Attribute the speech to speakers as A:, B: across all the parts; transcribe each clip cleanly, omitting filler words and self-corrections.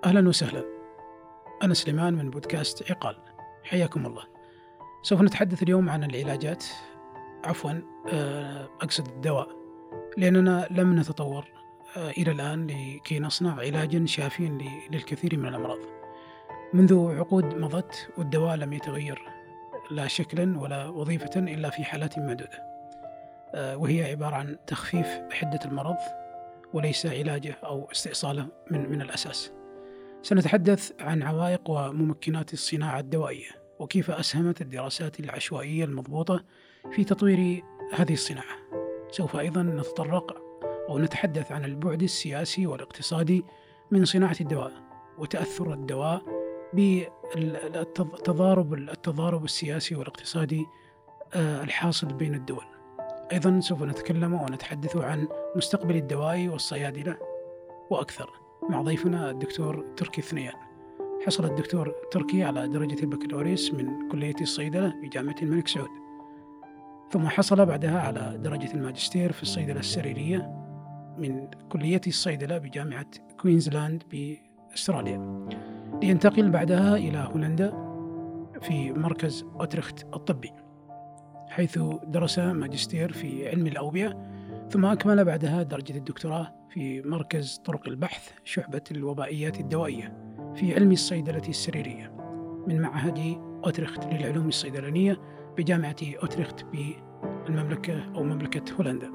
A: أهلا وسهلا. أنا سليمان من بودكاست عقال. حياكم الله. سوف نتحدث اليوم عن العلاجات، أقصد الدواء، لأننا لم نتطور إلى الآن لكي نصنع علاجا شافيا للكثير من الأمراض. منذ عقود مضت والدواء لم يتغير لا شكلا ولا وظيفة إلا في حالات معدودة، وهي عبارة عن تخفيف حدة المرض وليس علاجه أو استئصاله من الأساس. سنتحدث عن عوائق وممكنات الصناعة الدوائية، وكيف أسهمت الدراسات العشوائية المضبوطة في تطوير هذه الصناعة. سوف أيضا نتطرق أو نتحدث عن البعد السياسي والاقتصادي من صناعة الدواء، وتأثر الدواء بالتضارب السياسي والاقتصادي الحاصل بين الدول. أيضا سوف نتكلم ونتحدث عن مستقبل الدواء والصيادلة وأكثر، مع ضيفنا الدكتور تركي الثنيان. حصل الدكتور تركي على درجة البكالوريوس من كلية الصيدلة بجامعة الملك سعود، ثم حصل بعدها على درجة الماجستير في الصيدلة السريرية من كلية الصيدلة بجامعة كوينزلاند بأستراليا، لينتقل بعدها إلى هولندا في مركز أوترخت الطبي، حيث درس ماجستير في علم الأوبئة، ثم أكمل بعدها درجة الدكتوراه في مركز طرق البحث شعبة الوبائيات الدوائية في علم الصيدلة السريرية من معهد أوترخت للعلوم الصيدلانية بجامعة أوترخت بالمملكة أو مملكة هولندا.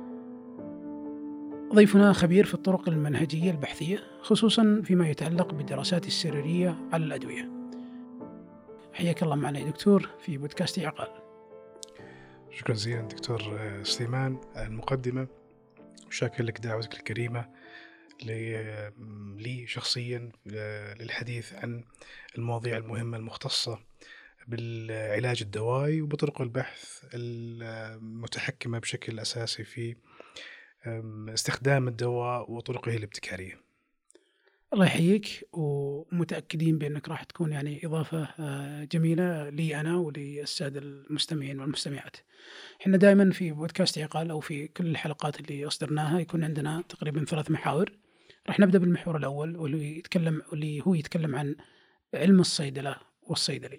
A: ضيفنا خبير في الطرق المنهجية البحثية، خصوصا فيما يتعلق بالدراسات السريرية على الأدوية. حياك الله معنا يا دكتور في بودكاست عقال.
B: شكرا جزيلا دكتور سليمان على المقدمة، وشاكر لك دعوتك الكريمة لي شخصيا للحديث عن المواضيع المهمة المختصة بالعلاج الدوائي وبطرق البحث المتحكمة بشكل أساسي في استخدام الدواء وطرقه الابتكارية.
A: الله يحييك، ومتأكدين بأنك راح تكون إضافة جميلة لي أنا وللسادة المستمعين والمستمعات. إحنا دائما في بودكاست عقال أو في كل الحلقات اللي أصدرناها يكون عندنا تقريبا 3 محاور. راح نبدأ بالمحور الأول واللي هو يتكلم عن علم الصيدلة والصيدلي.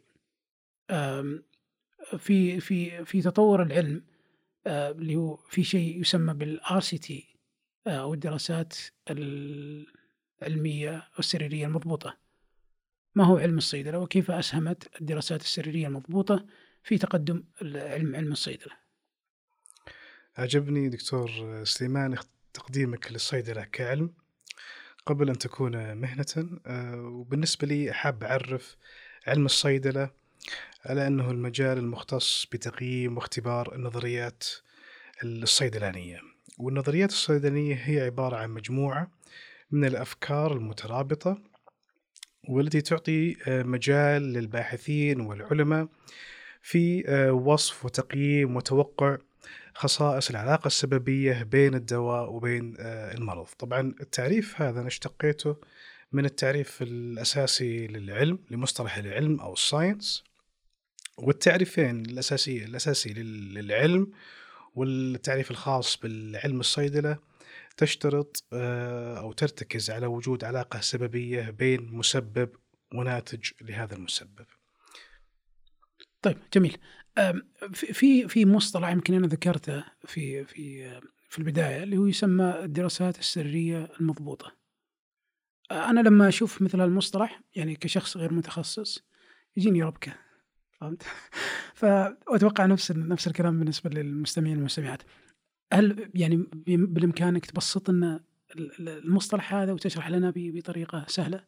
A: في تطور العلم، اللي هو في شيء يسمى بالRCT أو الدراسات العلمية السريرية المضبوطة. ما هو علم الصيدلة وكيف أسهمت الدراسات السريرية المضبوطة في تقدم علم الصيدلة؟
B: أعجبني دكتور سليمان تقديمك للصيدلة كعلم قبل أن تكون مهنة، وبالنسبة لي حاب أعرف علم الصيدلة على أنه المجال المختص بتقييم واختبار النظريات الصيدلانية. والنظريات الصيدلانية هي عبارة عن مجموعة من الأفكار المترابطة، والتي تعطي مجال للباحثين والعلماء في وصف وتقييم وتوقع خصائص العلاقة السببية بين الدواء وبين المرض. طبعا التعريف هذا أنا اشتقيته من التعريف الأساسي للعلم لمصطلح العلم أو الساينس، والتعريفين الأساسي للعلم والتعريف الخاص بالعلم الصيدلة تشترط أو ترتكز على وجود علاقة سببية بين مسبب وناتج لهذا المسبب.
A: طيب جميل. في مصطلح يمكن أنا ذكرته في البداية اللي هو يسمى الدراسات السريرية المضبوطة. أنا لما أشوف مثل المصطلح كشخص غير متخصص يجيني ربكة، فهمت؟ فأتوقع نفس الكلام بالنسبة للمستمعين والمستمعات. هل بالإمكانك تبسط لنا المصطلح هذا وتشرح لنا بطريقة سهلة؟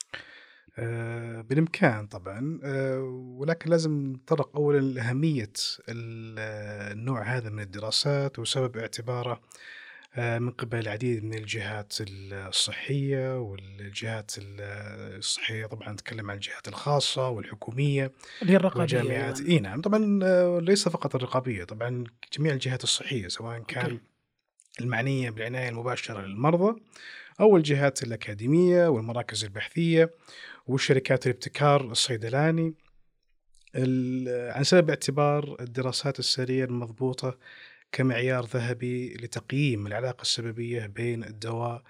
B: بالإمكان طبعا، ولكن لازم نتطرق أولا لأهمية النوع هذا من الدراسات وسبب اعتباره من قبل العديد من الجهات الصحية والجهات الصحية. طبعا نتكلم عن الجهات الخاصة والحكومية
A: اللي هي الرقابية
B: والجامعات. نعم طبعا، ليس فقط الرقابية، طبعا جميع الجهات الصحية سواء كان المعنية بالعناية المباشرة للمرضى أو الجهات الأكاديمية والمراكز البحثية والشركات الابتكار الصيدلاني، عن سبب اعتبار الدراسات السريرية المضبوطة كمعيار ذهبي لتقييم العلاقة السببية بين الدواء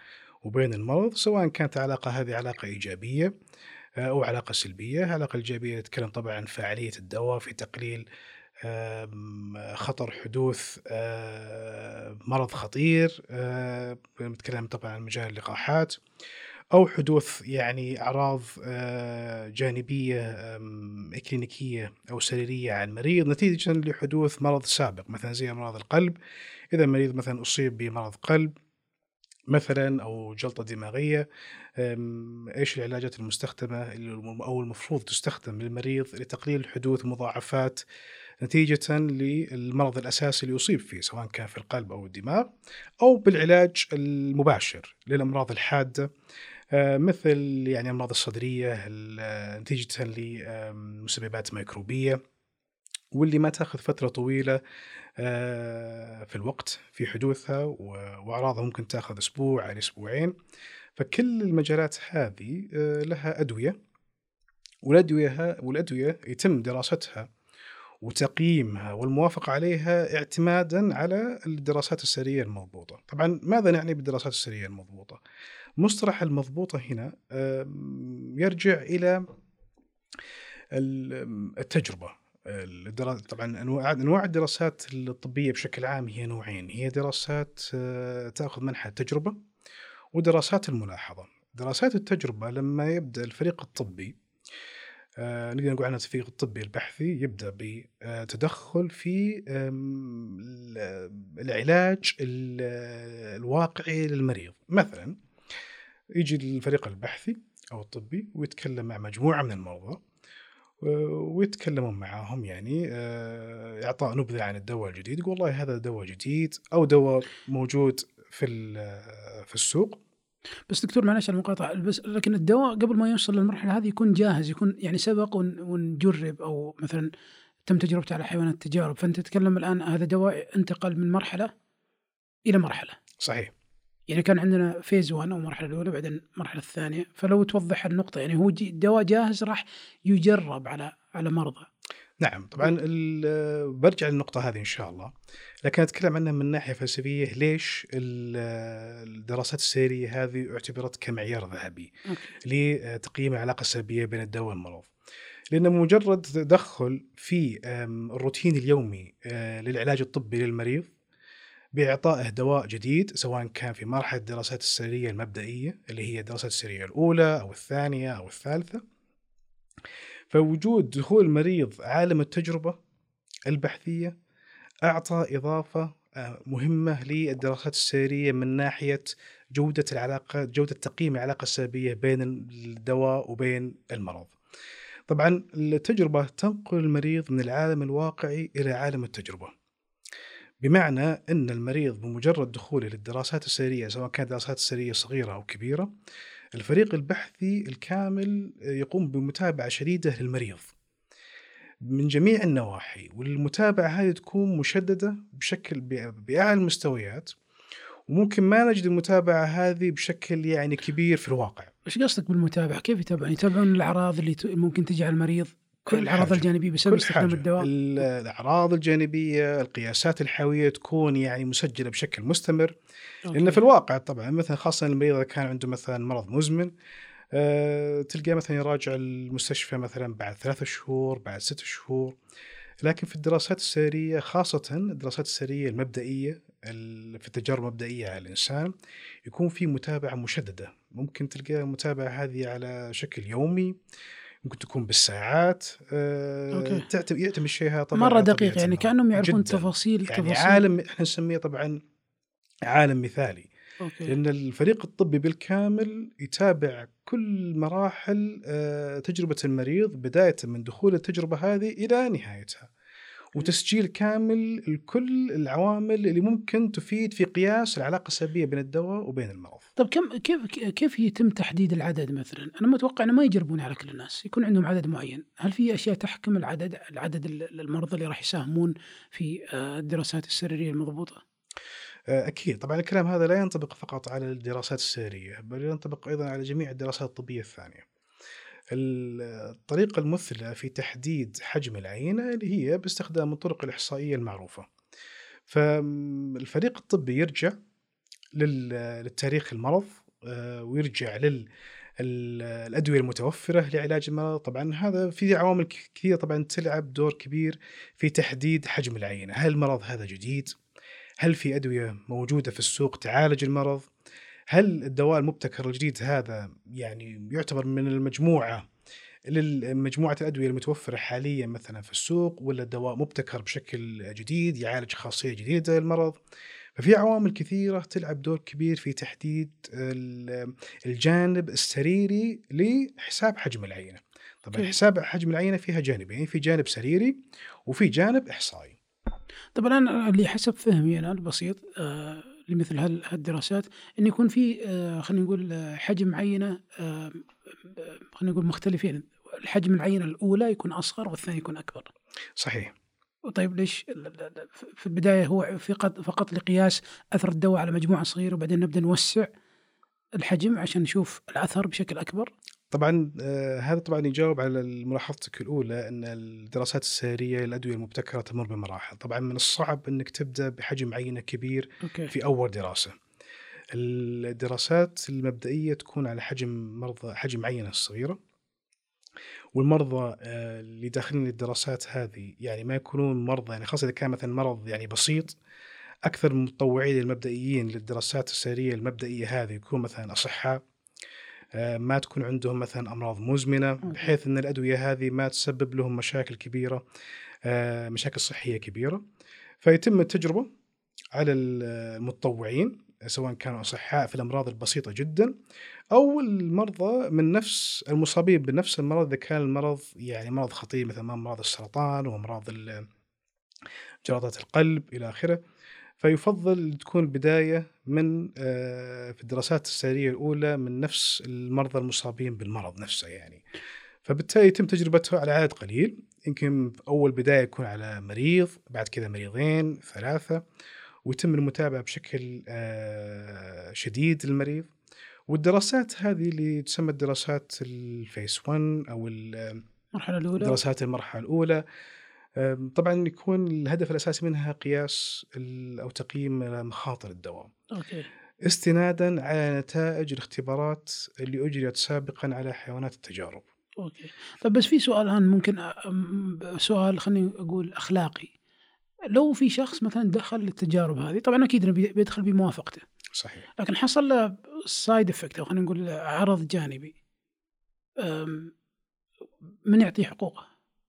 B: وبين المرض، سواء كانت العلاقة هذه علاقة إيجابية أو علاقة سلبية. العلاقة الإيجابية نتكلم طبعًا عن فاعلية الدواء في تقليل خطر حدوث مرض خطير، بنتكلم طبعًا عن مجال اللقاحات، أو حدوث يعني أعراض جانبية إكلينيكية أو سريرية على المريض نتيجةً لحدوث مرض سابق، مثلًا زي أمراض القلب. إذا المريض مثلًا أصيب بمرض قلب مثلًا أو جلطة دماغية، إيش العلاجات المستخدمة أو المفروض تستخدم للمريض لتقليل حدوث مضاعفات نتيجةً للمرض الأساسي اللي يصيب فيه، سواء كان في القلب أو الدماغ، أو بالعلاج المباشر للأمراض الحادة، مثل يعني الأمراض الصدرية نتيجةً لمسببات ميكروبية، واللي ما تاخذ فترة طويلة في الوقت في حدوثها، وأعراضها ممكن تاخذ أسبوع إلى أسبوعين. فكل المجالات هذه لها أدوية، والأدوية يتم دراستها وتقييمها والموافقة عليها اعتمادًا على الدراسات السرية المضبوطة. طبعًا ماذا نعني بالدراسات السرية المضبوطة؟ مصطلح المضبوطة هنا يرجع إلى التجربة. طبعًا أنواع الدراسات الطبية بشكل عام هي نوعين، هي دراسات تأخذ منحى التجربة، ودراسات الملاحظة. دراسات التجربة لما يبدأ الفريق الطبي، نقدر نقول عنه الفريق الطبي البحثي، يبدأ بتدخل في العلاج الواقعي للمريض. مثلًا يجي الفريق البحثي أو الطبي ويتكلم مع مجموعة من المرضى، ويتكلمون معاهم يعني إعطاء نبذة عن الدواء الجديد، يقول والله هذا دواء جديد أو دواء موجود في السوق.
A: بس دكتور معلش على المقاطعة، بس لكن الدواء قبل ما يوصل للمرحلة هذه يكون جاهز، يكون يعني سبق ونجرب، أو مثلا تم تجربته على حيوانات تجارب. فأنت تتكلم الآن هذا دواء انتقل من مرحلة إلى مرحلة.
B: صحيح.
A: يعني كان عندنا فيز 1 أو المرحلة الأولى، بعدين المرحلة الثانية. فلو توضح النقطة، يعني هو دواء جاهز راح يجرب على مرضى.
B: نعم طبعًا بارجع للنقطة هذه إن شاء الله، لكن أتكلم عنها من ناحية فلسفية. ليش الدراسات السريرية هذه اعتبرت كمعيار ذهبي لتقييم العلاقة السلبية بين الدواء والمرض؟ لأن مجرد تدخل في الروتين اليومي للعلاج الطبي للمريض بإعطائه دواء جديد، سواء كان في مرحلة الدراسات السريرية المبدئية اللي هي الدراسات السريرية الأولى أو الثانية أو الثالثة، فوجود دخول المريض عالم التجربة البحثية أعطى إضافة مهمة للدراسات السريرية من ناحية جودة العلاقة، جودة تقييم العلاقة السلبية بين الدواء وبين المرض. طبعا التجربة تنقل المريض من العالم الواقعي إلى عالم التجربة، بمعنى أن المريض بمجرد دخوله للدراسات السريرية، سواء كانت دراسات سريرية صغيرة أو كبيرة، الفريق البحثي الكامل يقوم بمتابعة شديدة للمريض من جميع النواحي، والمتابعة هذه تكون مشددة بشكل بأعلى المستويات، وممكن ما نجد المتابعة هذه بشكل يعني كبير في الواقع.
A: إيش قصدك بالمتابعة؟ كيف يتابعون؟ يتابعون الأعراض اللي ممكن تجي على المريض،
B: كل
A: الأعراض الجانبية بسبب استخدام الدواء.
B: الأعراض الجانبية، القياسات الحيوية تكون يعني مسجلة بشكل مستمر. لأن في الواقع طبعا مثلا خاصة المريض إذا كان عنده مثلا مرض مزمن، تلقى مثلا يراجع المستشفى مثلا بعد 3 شهور، بعد 6 شهور. لكن في الدراسات السريرية، خاصة الدراسات السريرية المبدئية في التجارب المبدئية على الإنسان، يكون في متابعة مشددة. ممكن تلقى المتابعة هذه على شكل يومي، ممكن تكون بالساعات. يعتمد الشيء طبعا
A: مرة دقيق، يعني كأنهم يعرفون التفاصيل.
B: يعني عالم احنا نسميه طبعا عالم مثالي. لأن الفريق الطبي بالكامل يتابع كل مراحل تجربة المريض، بداية من دخول التجربة هذه إلى نهايتها، وتسجيل كامل لكل العوامل اللي ممكن تفيد في قياس العلاقة السلبية بين الدواء وبين المرض.
A: طب كيف يتم تحديد العدد مثلا؟ أنا متوقع أنه ما يجربون على كل الناس، يكون عندهم عدد معين. هل في أشياء تحكم العدد المرضى اللي راح يساهمون في الدراسات السريرية المضبوطة؟
B: أكيد طبعا الكلام هذا لا ينطبق فقط على الدراسات السريرية، بل ينطبق أيضا على جميع الدراسات الطبية الثانية. الطريقة المثلى في تحديد حجم العينة اللي هي باستخدام الطرق الإحصائية المعروفة. فالفريق الطبي يرجع للتاريخ المرض ويرجع الأدوية المتوفرة لعلاج المرض. طبعًا هذا في عوامل كثيرة طبعًا تلعب دور كبير في تحديد حجم العينة، هل المرض هذا جديد؟ هل في أدوية موجودة في السوق تعالج المرض؟ هل الدواء المبتكر الجديد هذا يعني يعتبر من مجموعة الأدوية المتوفرة حاليًا مثلًا في السوق، والّا الدواء مبتكر بشكل جديد يعالج خاصية جديدة للمرض؟ ففي عوامل كثيرة تلعب دور كبير في تحديد الجانب السريري لحساب حجم العينة. طبعًا
A: أوكي.
B: حساب حجم العينة فيها جانبين، في جانب سريري وفي جانب إحصائي.
A: طب الآن اللي حسب فهمي أنا البسيط لمثل هالدراسات إنه يكون في خلينا نقول حجم عينة خلينا نقول مختلفين، الحجم العينة الأولى يكون أصغر والثاني يكون أكبر.
B: صحيح.
A: طيب ليش في البداية هو فقط لقياس أثر الدواء على مجموعة صغيرة وبعدين نبدأ نوسع الحجم عشان نشوف الأثر بشكل أكبر؟
B: طبعًا هذا طبعًا يجاوب على ملاحظتك الأولى أن الدراسات السريرية للأدوية المبتكرة تمر بمراحل. طبعًا من الصعب إنك تبدأ بحجم عينة كبير
A: أوكي.
B: في أول دراسة. الدراسات المبدئية تكون على حجم عينة صغيرة، والمرضى اللي داخلين الدراسات هذه يعني ما يكونون مرضى، يعني خاصة إذا كان مثلًا مرض يعني بسيط. أكثر المتطوعين المبدئيين للدراسات السريرية المبدئية هذه يكونوا مثلًا أصحاء، ما تكون عندهم مثلًا أمراض مزمنة،
A: أوكي.
B: بحيث إن الأدوية هذه ما تسبب لهم مشاكل كبيرة، مشاكل صحية كبيرة. فيتم التجربة على المتطوعين سواء كانوا أصحاء في الأمراض البسيطة جدًا، أو المرضى من نفس المصابين بنفس المرض إذا كان المرض يعني مرض خطير مثل أمراض السرطان وأمراض جلطات القلب إلى آخره. فيُفضّل تكون البداية من في الدراسات السريرية الأولى من نفس المرضى المصابين بالمرض نفسه يعني. فبالتالي يتم تجربته على عدد قليل، يمكن في أول بداية يكون على مريض، بعد كذا مريضين، 3، ويتم المتابعة بشكل شديد للمريض. والدراسات هذه اللي تسمى الدراسات الphase 1 أو
A: المرحلة الأولى.
B: دراسات المرحلة الأولى. طبعًا يكون الهدف الأساسي منها قياس أو تقييم مخاطر الدواء،
A: أوكي.
B: استنادًا على نتائج الاختبارات اللي أُجريت سابقًا على حيوانات التجارب.
A: أوكي. طب بس في سؤال الآن ممكن سؤال خليني أقول أخلاقي. لو في شخص مثلًا دخل للتجارب هذه، طبعًا أكيد إنه بيدخل بموافقته،
B: صحيح.
A: لكن حصل له side effect أو خلينا نقول عرض جانبي، آمم، من يعطيه حقوقه؟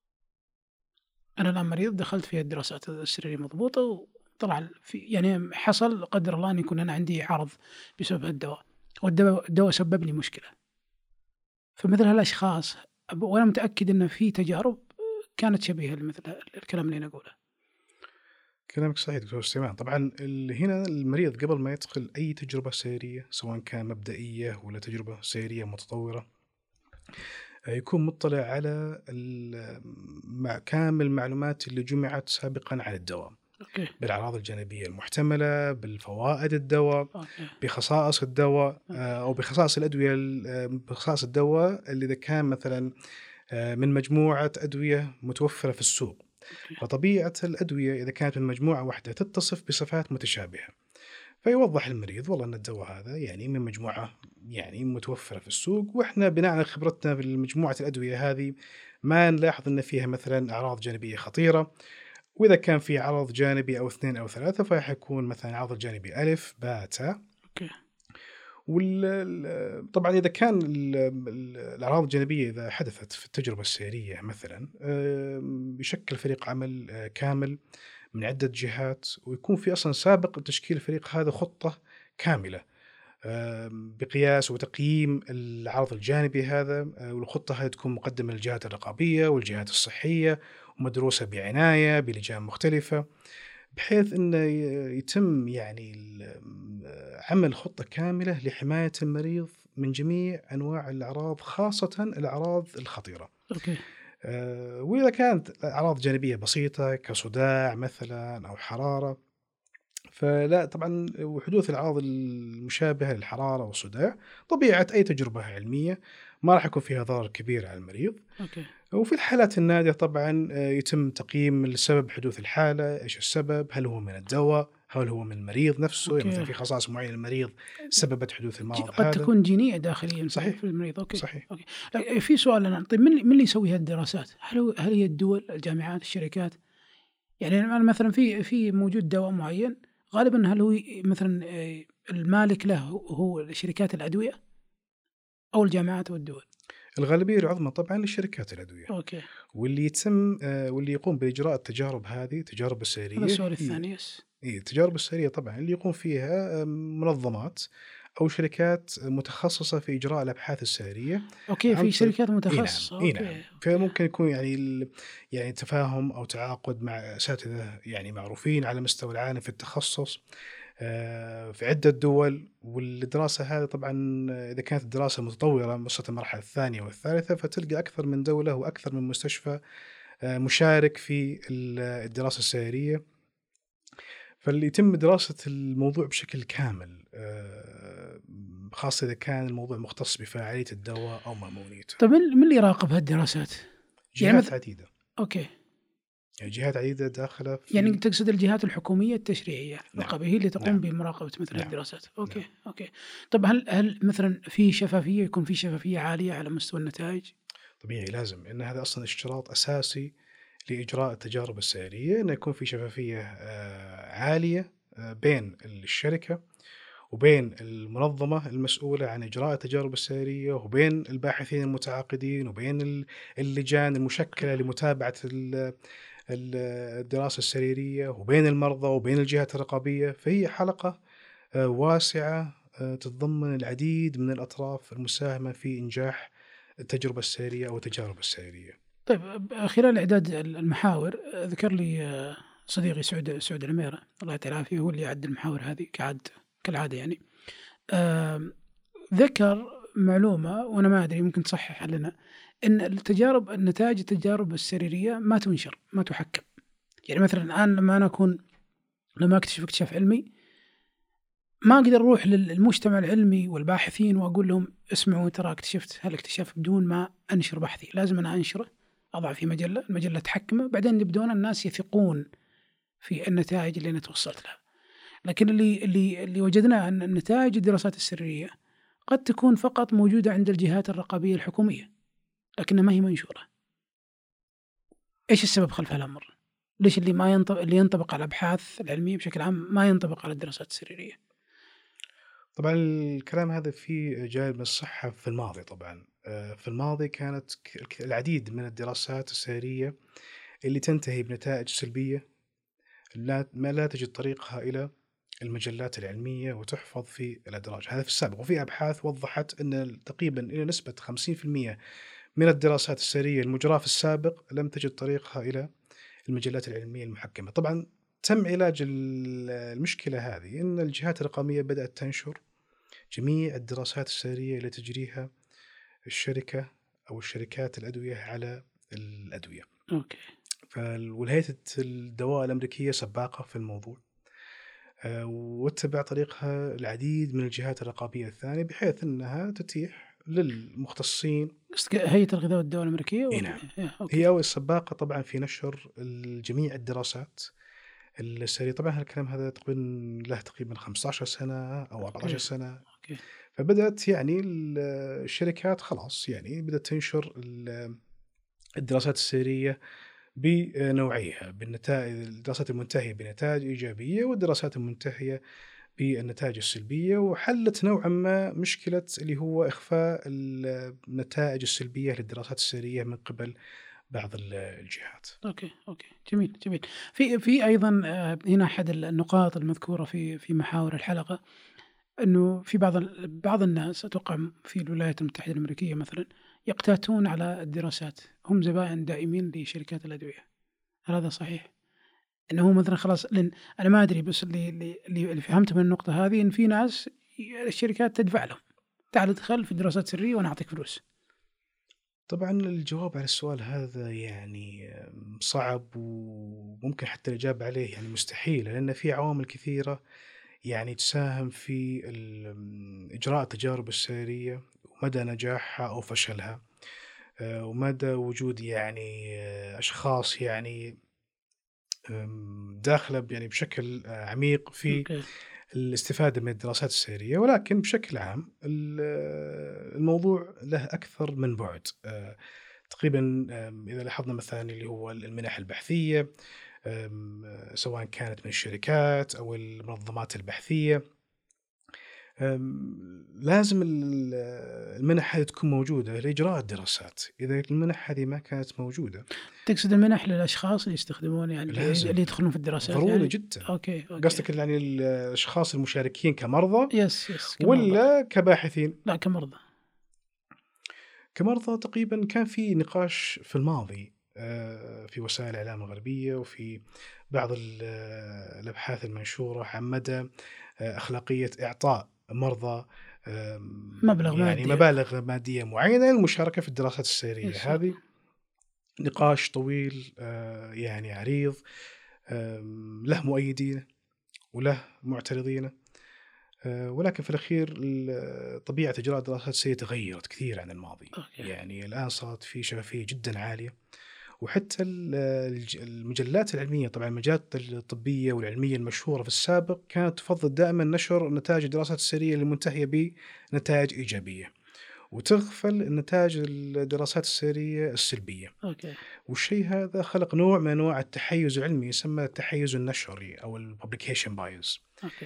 A: أنا الآن مريض دخلت في الدراسات السريرية مضبوطة وطلع في يعني حصل قدر الله أن يكون أنا عندي عرض بسبب هالدواء، الدواء سبب لي مشكلة، فمثل هالأشخاص وأنا متأكد إن في تجارب كانت شبيهة لمثل الكلام اللي أنا أقوله.
B: كلامك صحيح دكتور سليمان. طبعًا هنا المريض قبل ما يدخل أي تجربة سريرية سواء كان مبدئية والّا تجربة سريرية متطورة، يكون مُطّلع على كامل المعلومات اللي جُمعت سابقًا عن الدواء،
A: أوكي.
B: بالأعراض الجانبية المحتملة، بالفوائد الدواء،
A: أوكي.
B: بخصائص الدواء،
A: أوكي.
B: أو بخصائص الأدوية بخصائص الدواء اللي إذا كان مثلًا من مجموعة أدوية متوفرة في السوق.
A: أوكي.
B: فطبيعة الأدوية إذا كانت من مجموعة واحدة تتصف بصفات متشابهة، فيوضح المريض والله أن الدواء هذا يعني من مجموعة يعني متوفرة في السوق، وإحنا بناء على خبرتنا في مجموعة الأدوية هذه ما نلاحظ أن فيها مثلا أعراض جانبية خطيرة. وإذا كان في عرض جانبي أو 2 أو 3 فحيكون مثلا عرض جانبي ألف باء تاء.
A: أوكي.
B: طبعا إذا كان الأعراض الجانبية إذا حدثت في التجربة السريرية مثلا بيشكل فريق عمل كامل من عدة جهات، ويكون في أصلا سابق تشكيل الفريق هذا خطة كاملة بقياس وتقييم العرض الجانبي هذا. والخطة هذه تكون مقدمة للجهات الرقابية والجهات الصحية ومدروسة بعناية بلجان مختلفة، بحيث أنه يتم يعني عمل خطة كاملة لحماية المريض من جميع أنواع الأعراض خاصة الأعراض الخطيرة.
A: أوكي.
B: وإذا كانت أعراض جانبية بسيطة كصداع مثلا أو حرارة فلا طبعا، وحدوث الأعراض المشابهة للحرارة والصداع طبيعة أي تجربة علمية ما راح يكون فيها ضرر كبير على المريض.
A: أوكي.
B: وفي الحالات النادرة طبعا يتم تقييم السبب حدوث الحالة، إيش السبب، هل هو من الدواء، هل هو من المريض نفسه، يعني مثلا
A: أوكي.
B: في خصائص معينة للمريض سببت حدوث المرض
A: قد
B: هذا.
A: تكون جينية داخليا
B: صحيح.
A: في المريض. أوكي.
B: صحيح.
A: أوكي. في سؤال أنا، طيب من اللي يسوي هالدراسات؟ هل هي الدول، الجامعات، الشركات؟ يعني أنا مثلا في موجود دواء معين، غالبا هل هو مثلا المالك له هو شركات الأدوية أو الجامعات أو الدول؟
B: الغالبية العظمى طبعا لشركات الأدوية،
A: أوكي.
B: واللي يتم واللي يقوم بإجراء التجارب هذه، التجارب
A: هذا
B: السيرية
A: السؤال
B: هي
A: الثاني. يس.
B: التجارب السيرية طبعا اللي يقوم فيها منظمات أو شركات متخصصة في إجراء الأبحاث السيرية
A: أوكي،
B: عن
A: في
B: طريق.
A: شركات
B: إي نعم،
A: متخصصة.
B: إي
A: أوكي.
B: نعم.
A: أوكي.
B: فممكن يكون يعني يعني تفاهم أو تعاقد مع أساتذة يعني معروفين على مستوى العالم في التخصص في عدة دول. والدراسة هذه طبعا إذا كانت الدراسة متطورة وصلت المرحلة الثانية والثالثة، فتلقى أكثر من دولة وأكثر من مستشفى مشارك في الدراسة السيرية، فاللي يتم دراسة الموضوع بشكل كامل خاصة إذا كان الموضوع مختص بفاعلية الدواء أو مأمونيته.
A: طيب من اللي يراقب هالدراسات؟ يعني
B: جهات عديدة،
A: أوكي.
B: يعني جهات عديدة داخلة
A: يعني
B: في.
A: تقصد الجهات الحكومية التشريعية
B: نعم.
A: الرقابية هي اللي تقوم
B: نعم.
A: بمراقبة مثل
B: نعم.
A: الدراسات. أوكي.
B: نعم.
A: أوكي. طب هل مثلا في شفافية، يكون في شفافية عالية على مستوى النتائج؟
B: طبيعي لازم، إن هذا أصلا اشتراط أساسي لإجراء التجارب السيرية، إنه يكون في شفافية عالية بين الشركة وبين المنظمة المسؤولة عن إجراء التجارب السيرية، وبين الباحثين المتعاقدين، وبين اللجان المشكلة لمتابعة الدراسة السريرية، وبين المرضى، وبين الجهات الرقابية. فهي حلقة واسعة تتضمن العديد من الأطراف المساهمة في إنجاح التجربة السيرية أو التجارب السيرية.
A: طيب خلال إعداد المحاور ذكر لي صديقي سعود العميرة الله يعطيه العافية، هو اللي يعد المحاور هذه كالعادة يعني. ذكر معلومة وأنا ما أدري، ممكن تصحح لنا، إن نتائج التجارب السريرية ما تنشر، ما تحكم. يعني مثلا الآن لما أكتشف اكتشاف علمي، ما أقدر أروح للمجتمع العلمي والباحثين وأقول لهم اسمعوا ترى اكتشفت هالاكتشاف، بدون ما أنشر بحثي. لازم أنا أنشره، أضع في المجلة تحكمه، بعدين يبدون الناس يثقون في النتائج اللي أنا توصلت لها. لكن اللي وجدناه أن النتائج الدراسات السريرية قد تكون فقط موجودة عند الجهات الرقابية الحكومية، لكنها ما هي منشورة. إيش السبب خلف هالأمر؟ ليش اللي ينطبق على الأبحاث العلمية بشكل عام ما ينطبق على الدراسات السريرية؟
B: طبعا الكلام هذا فيه جانب من الصحة في الماضي. طبعا في الماضي كانت العديد من الدراسات السيرية اللي تنتهي بنتائج سلبية لا تجد طريقها إلى المجلات العلمية وتحفظ في الأدراج. هذا في السابق، وفي أبحاث وضحت أن تقريبا إلى نسبة 50% من الدراسات السيرية المجراة في السابق لم تجد طريقها إلى المجلات العلمية المحكمة. طبعا تم علاج المشكلة هذه، أن الجهات الرقمية بدأت تنشر جميع الدراسات السيرية اللي تجريها الشركة أو الشركات الأدوية على الأدوية.
A: أوكي.
B: والهيئة الدواء الأمريكية سباقة في الموضوع، واتبع طريقها العديد من الجهات الرقابية الثانية، بحيث أنها تتيح للمختصين.
A: هيئة الغذاء والدواء الأمريكية
B: نعم.
A: أوكي.
B: هي أول السباقة طبعا في نشر جميع الدراسات السرية. طبعا الكلام هذا له تقريبا 15 سنة أو 14 سنة.
A: أوكي.
B: فبدأت يعني الشركات خلاص يعني بدأت تنشر الدراسات السرية بنوعيها، بالنتائج، الدراسات المنتهية بنتائج إيجابية والدراسات المنتهية بالنتائج السلبية، وحلت نوعا ما مشكلة اللي هو إخفاء النتائج السلبية للدراسات السرية من قبل بعض الجهات.
A: أوكي. جميل. في أيضا هنا أحد النقاط المذكورة في محاور الحلقة، أنه في بعض الناس أتوقع في الولايات المتحدة الأمريكية مثلا يقتاتون على الدراسات، هم زبائن دائمين لشركات الأدوية. هل هذا صحيح؟ أنه مثلا خلاص، لأن أنا ما أدري، بس اللي فهمته من النقطة هذه، إن في ناس الشركات تدفع لهم، تعال ادخل في دراسات سرية وأنا أعطيك فلوس.
B: طبعا الجواب على السؤال هذا يعني صعب، وممكن حتى الإجابة عليه يعني مستحيلة، لأن في عوامل كثيرة يعني تساهم في إجراء التجارب السيرية ومدى نجاحها أو فشلها، ومدى وجود يعني أشخاص يعني داخلة يعني بشكل عميق في
A: أوكي.
B: الاستفادة من الدراسات السريرية، ولكن بشكل عام الموضوع له أكثر من بُعد. تقريبًا إذا لاحظنا مثلًا اللي هو المنح البحثية، سواء كانت من الشركات أو المنظمات البحثية، لازم المنح هذه تكون موجودة لإجراء الدراسات. إذا المنح هذه ما كانت موجودة
A: تقصد المنح للأشخاص اللي يستخدمون يعني
B: لازم
A: اللي يدخلون في الدراسات
B: ضروري
A: يعني؟
B: جدًا.
A: أوكي.
B: قصدك يعني الأشخاص المشاركين كمرضى
A: يس كمرضى.
B: والّا كباحثين؟
A: لا كمرضى.
B: كمرضى تقريبًا كان في نقاش في الماضي في وسائل الإعلام الغربية وفي بعض الأبحاث المنشورة عن مدى أخلاقية إعطاء مرضى
A: مبلغ
B: يعني
A: مادي.
B: مبالغ مادية معينة للمشاركة في الدراسات السريرية
A: يس.
B: هذه. نقاش طويل يعني عريض، له مؤيدينه وله معترضينه. ولكن في الأخير طبيعة إجراء الدراسات السريرية تغيرت كثير عن الماضي.
A: أوكي.
B: يعني الآن صارت في شفافية جدا عالية، وحتى المجلات العلمية، طبعا المجلات الطبية والعلمية المشهورة في السابق كانت تفضل دائما نشر نتائج الدراسات السريرية المنتهية بنتائج إيجابية، وتغفل النتائج الدراسات السريرية السلبية.
A: أوكي.
B: والشيء هذا خلق نوع من أنواع التحيز العلمي يسمى التحيز النشري أو الببليكيشن بايز.
A: أوكي.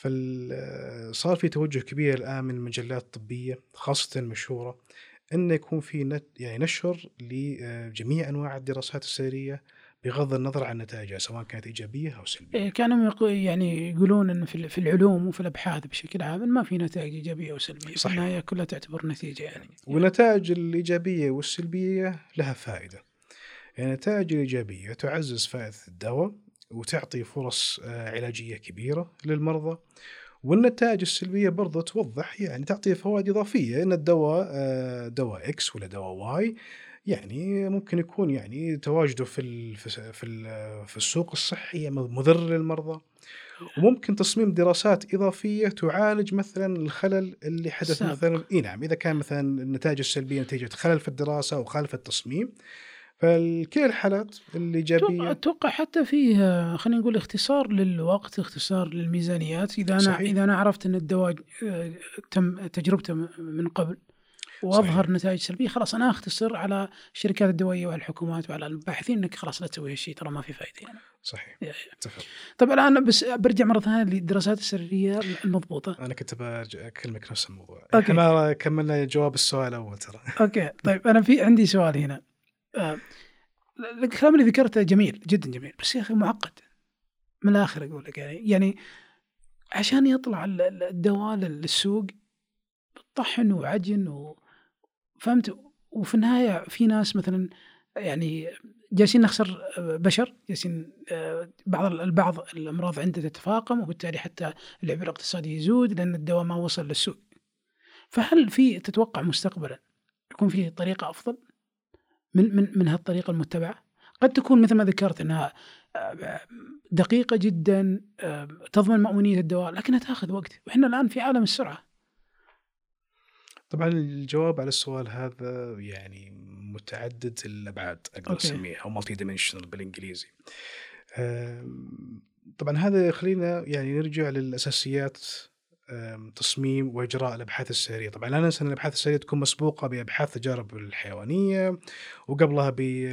B: صار في توجه كبير الآن من المجلات الطبية خاصة المشهورة أن يكون في يعني نشر لجميع أنواع الدراسات السريرية بغض النظر عن نتائجها سواء كانت إيجابية أو سلبية.
A: كانوا يعني يقولون إن في العلوم وفي الأبحاث بشكل عام ما في نتائج إيجابية أو سلبية، في النهاية كلها تعتبر نتيجة يعني.
B: والنتائج الإيجابية والسلبية لها فائدة. يعني النتائج الإيجابية تعزز فائدة الدواء وتعطي فرص علاجية كبيرة للمرضى، والنتائج السلبية برضو توضح يعني تعطي فوائد إضافية، إن الدواء دواء إكس ولا دواء واي يعني ممكن يكون يعني تواجده في السوق الصحي مضر للمرضى، وممكن تصميم دراسات إضافية تعالج مثلا الخلل اللي حدث مثلا. نعم، إذا كان مثلا النتائج السلبية نتيجة خلل في الدراسة أو خلل في التصميم، فالكل الحالات الإيجابية
A: أتوقع حتى فيه خلينا نقول اختصار للوقت، اختصار للميزانيات. إذا أنا عرفت أن الدواء تم تجربته من قبل وأظهر نتائج سلبية، خلاص أنا أختصر على الشركات الدوائية وعلى الحكومات وعلى الباحثين إنك خلاص لا تسوي هالشيء، ترى ما في فائدة يعني.
B: صحيح. اتفق.
A: طيب الآن بس برجع مرة ثانية للدراسات السريرية المضبوطة.
B: أنا كنت بكلمك نفس الموضوع.
A: أوكي.
B: احنا كملنا جواب السؤال أول ترى.
A: أوكي. طيب أنا عندي سؤال هنا. الكلام اللي ذكرته جميل جدا جميل، بس يا أخي معقد من الآخر أقول لك يعني عشان يطلع الدواء للسوق طحن وعجن فهمت، وفي النهاية في ناس مثلا يعني جالسين نخسر بشر، جالسين بعض الأمراض عنده تتفاقم، وبالتالي حتى العبء الاقتصادي يزود لأن الدواء ما وصل للسوق. فهل تتوقع مستقبلا يكون في طريقة أفضل من هالطريقة المتبعة؟ قد تكون مثل ما ذكرت أنها دقيقة جدا، تضمن مأمونية الدواء، لكنها تأخذ وقت، وإحنا الآن في عالم السرعة.
B: طبعا الجواب على السؤال هذا يعني متعدد الأبعاد، أقدر أسميه أو multi dimensional بالإنجليزي. طبعا هذا يخلينا يعني نرجع للأساسيات، تصميم وإجراء الأبحاث السريرية. طبعا لا ننسى أن الأبحاث السريرية تكون مسبوقة بأبحاث تجارب الحيوانية، وقبلها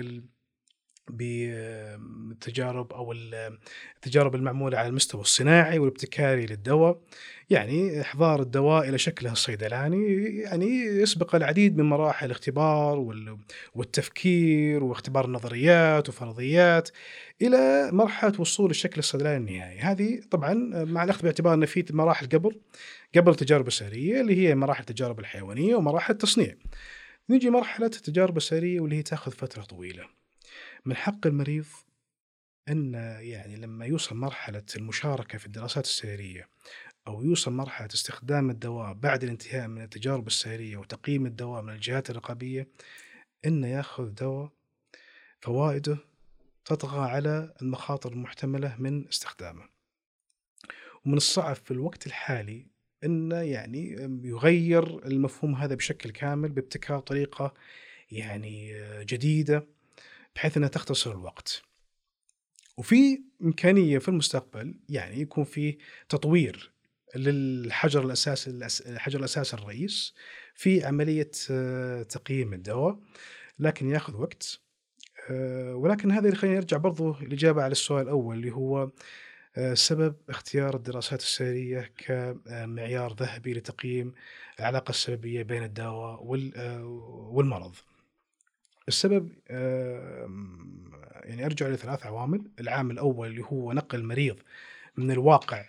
B: بالتجارب أو التجارب المعمولة على المستوى الصناعي والابتكاري للدواء. يعني إحضار الدواء إلى شكله الصيدلاني يعني يسبق العديد من مراحل الاختبار والتفكير واختبار النظريات وفرضيات إلى مرحلة وصول الشكل الصيدلاني النهائي. هذه طبعا مع الأخذ باعتبار أن في مراحل قبل التجارب السريرية اللي هي مراحل التجارب الحيوانية ومراحل التصنيع. نيجي مرحلة التجارب السريرية واللي هي تأخذ فترة طويلة. من حق المريض أن يعني لما يوصل مرحلة المشاركة في الدراسات السريرية أو يوصل مرحلة استخدام الدواء بعد الانتهاء من التجارب السريرية وتقييم الدواء من الجهات الرقابية، أن يأخذ دواء فوائده تطغى على المخاطر المحتملة من استخدامه. ومن الصعب في الوقت الحالي أن يعني يغير المفهوم هذا بشكل كامل بابتكار طريقة يعني جديدة بحيث أنها تختصر الوقت. وفي إمكانية في المستقبل يعني يكون في تطوير للحجر الأساس الرئيس في عملية تقييم الدواء، لكن ياخذ وقت. ولكن هذا يخليني أرجع برضو الإجابة على السؤال الأول اللي هو سبب اختيار الدراسات السريرية كمعيار ذهبي لتقييم العلاقة السببية بين الدواء والمرض. السبب يعني أرجع لثلاث عوامل. العامل الأول اللي هو نقل المريض من الواقع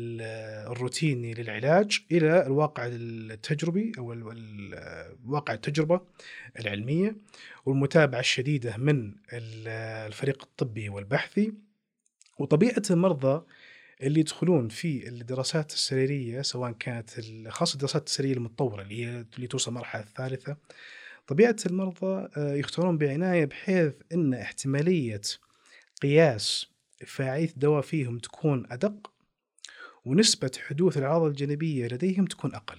B: الروتيني للعلاج إلى الواقع التجربي أو الواقع التجربة العلمية، والمتابعة الشديدة من الفريق الطبي والبحثي، وطبيعة المرضى اللي يدخلون في الدراسات السريرية، سواء كانت خاصة الدراسات السريرية المتطورة اللي توصل المرحلة الثالثة. طبيعة المرضى يختارون بعناية بحيث أن احتمالية قياس فاعلية الدواء فيهم تكون أدق، ونسبة حدوث الأعراض الجانبية لديهم تكون أقل.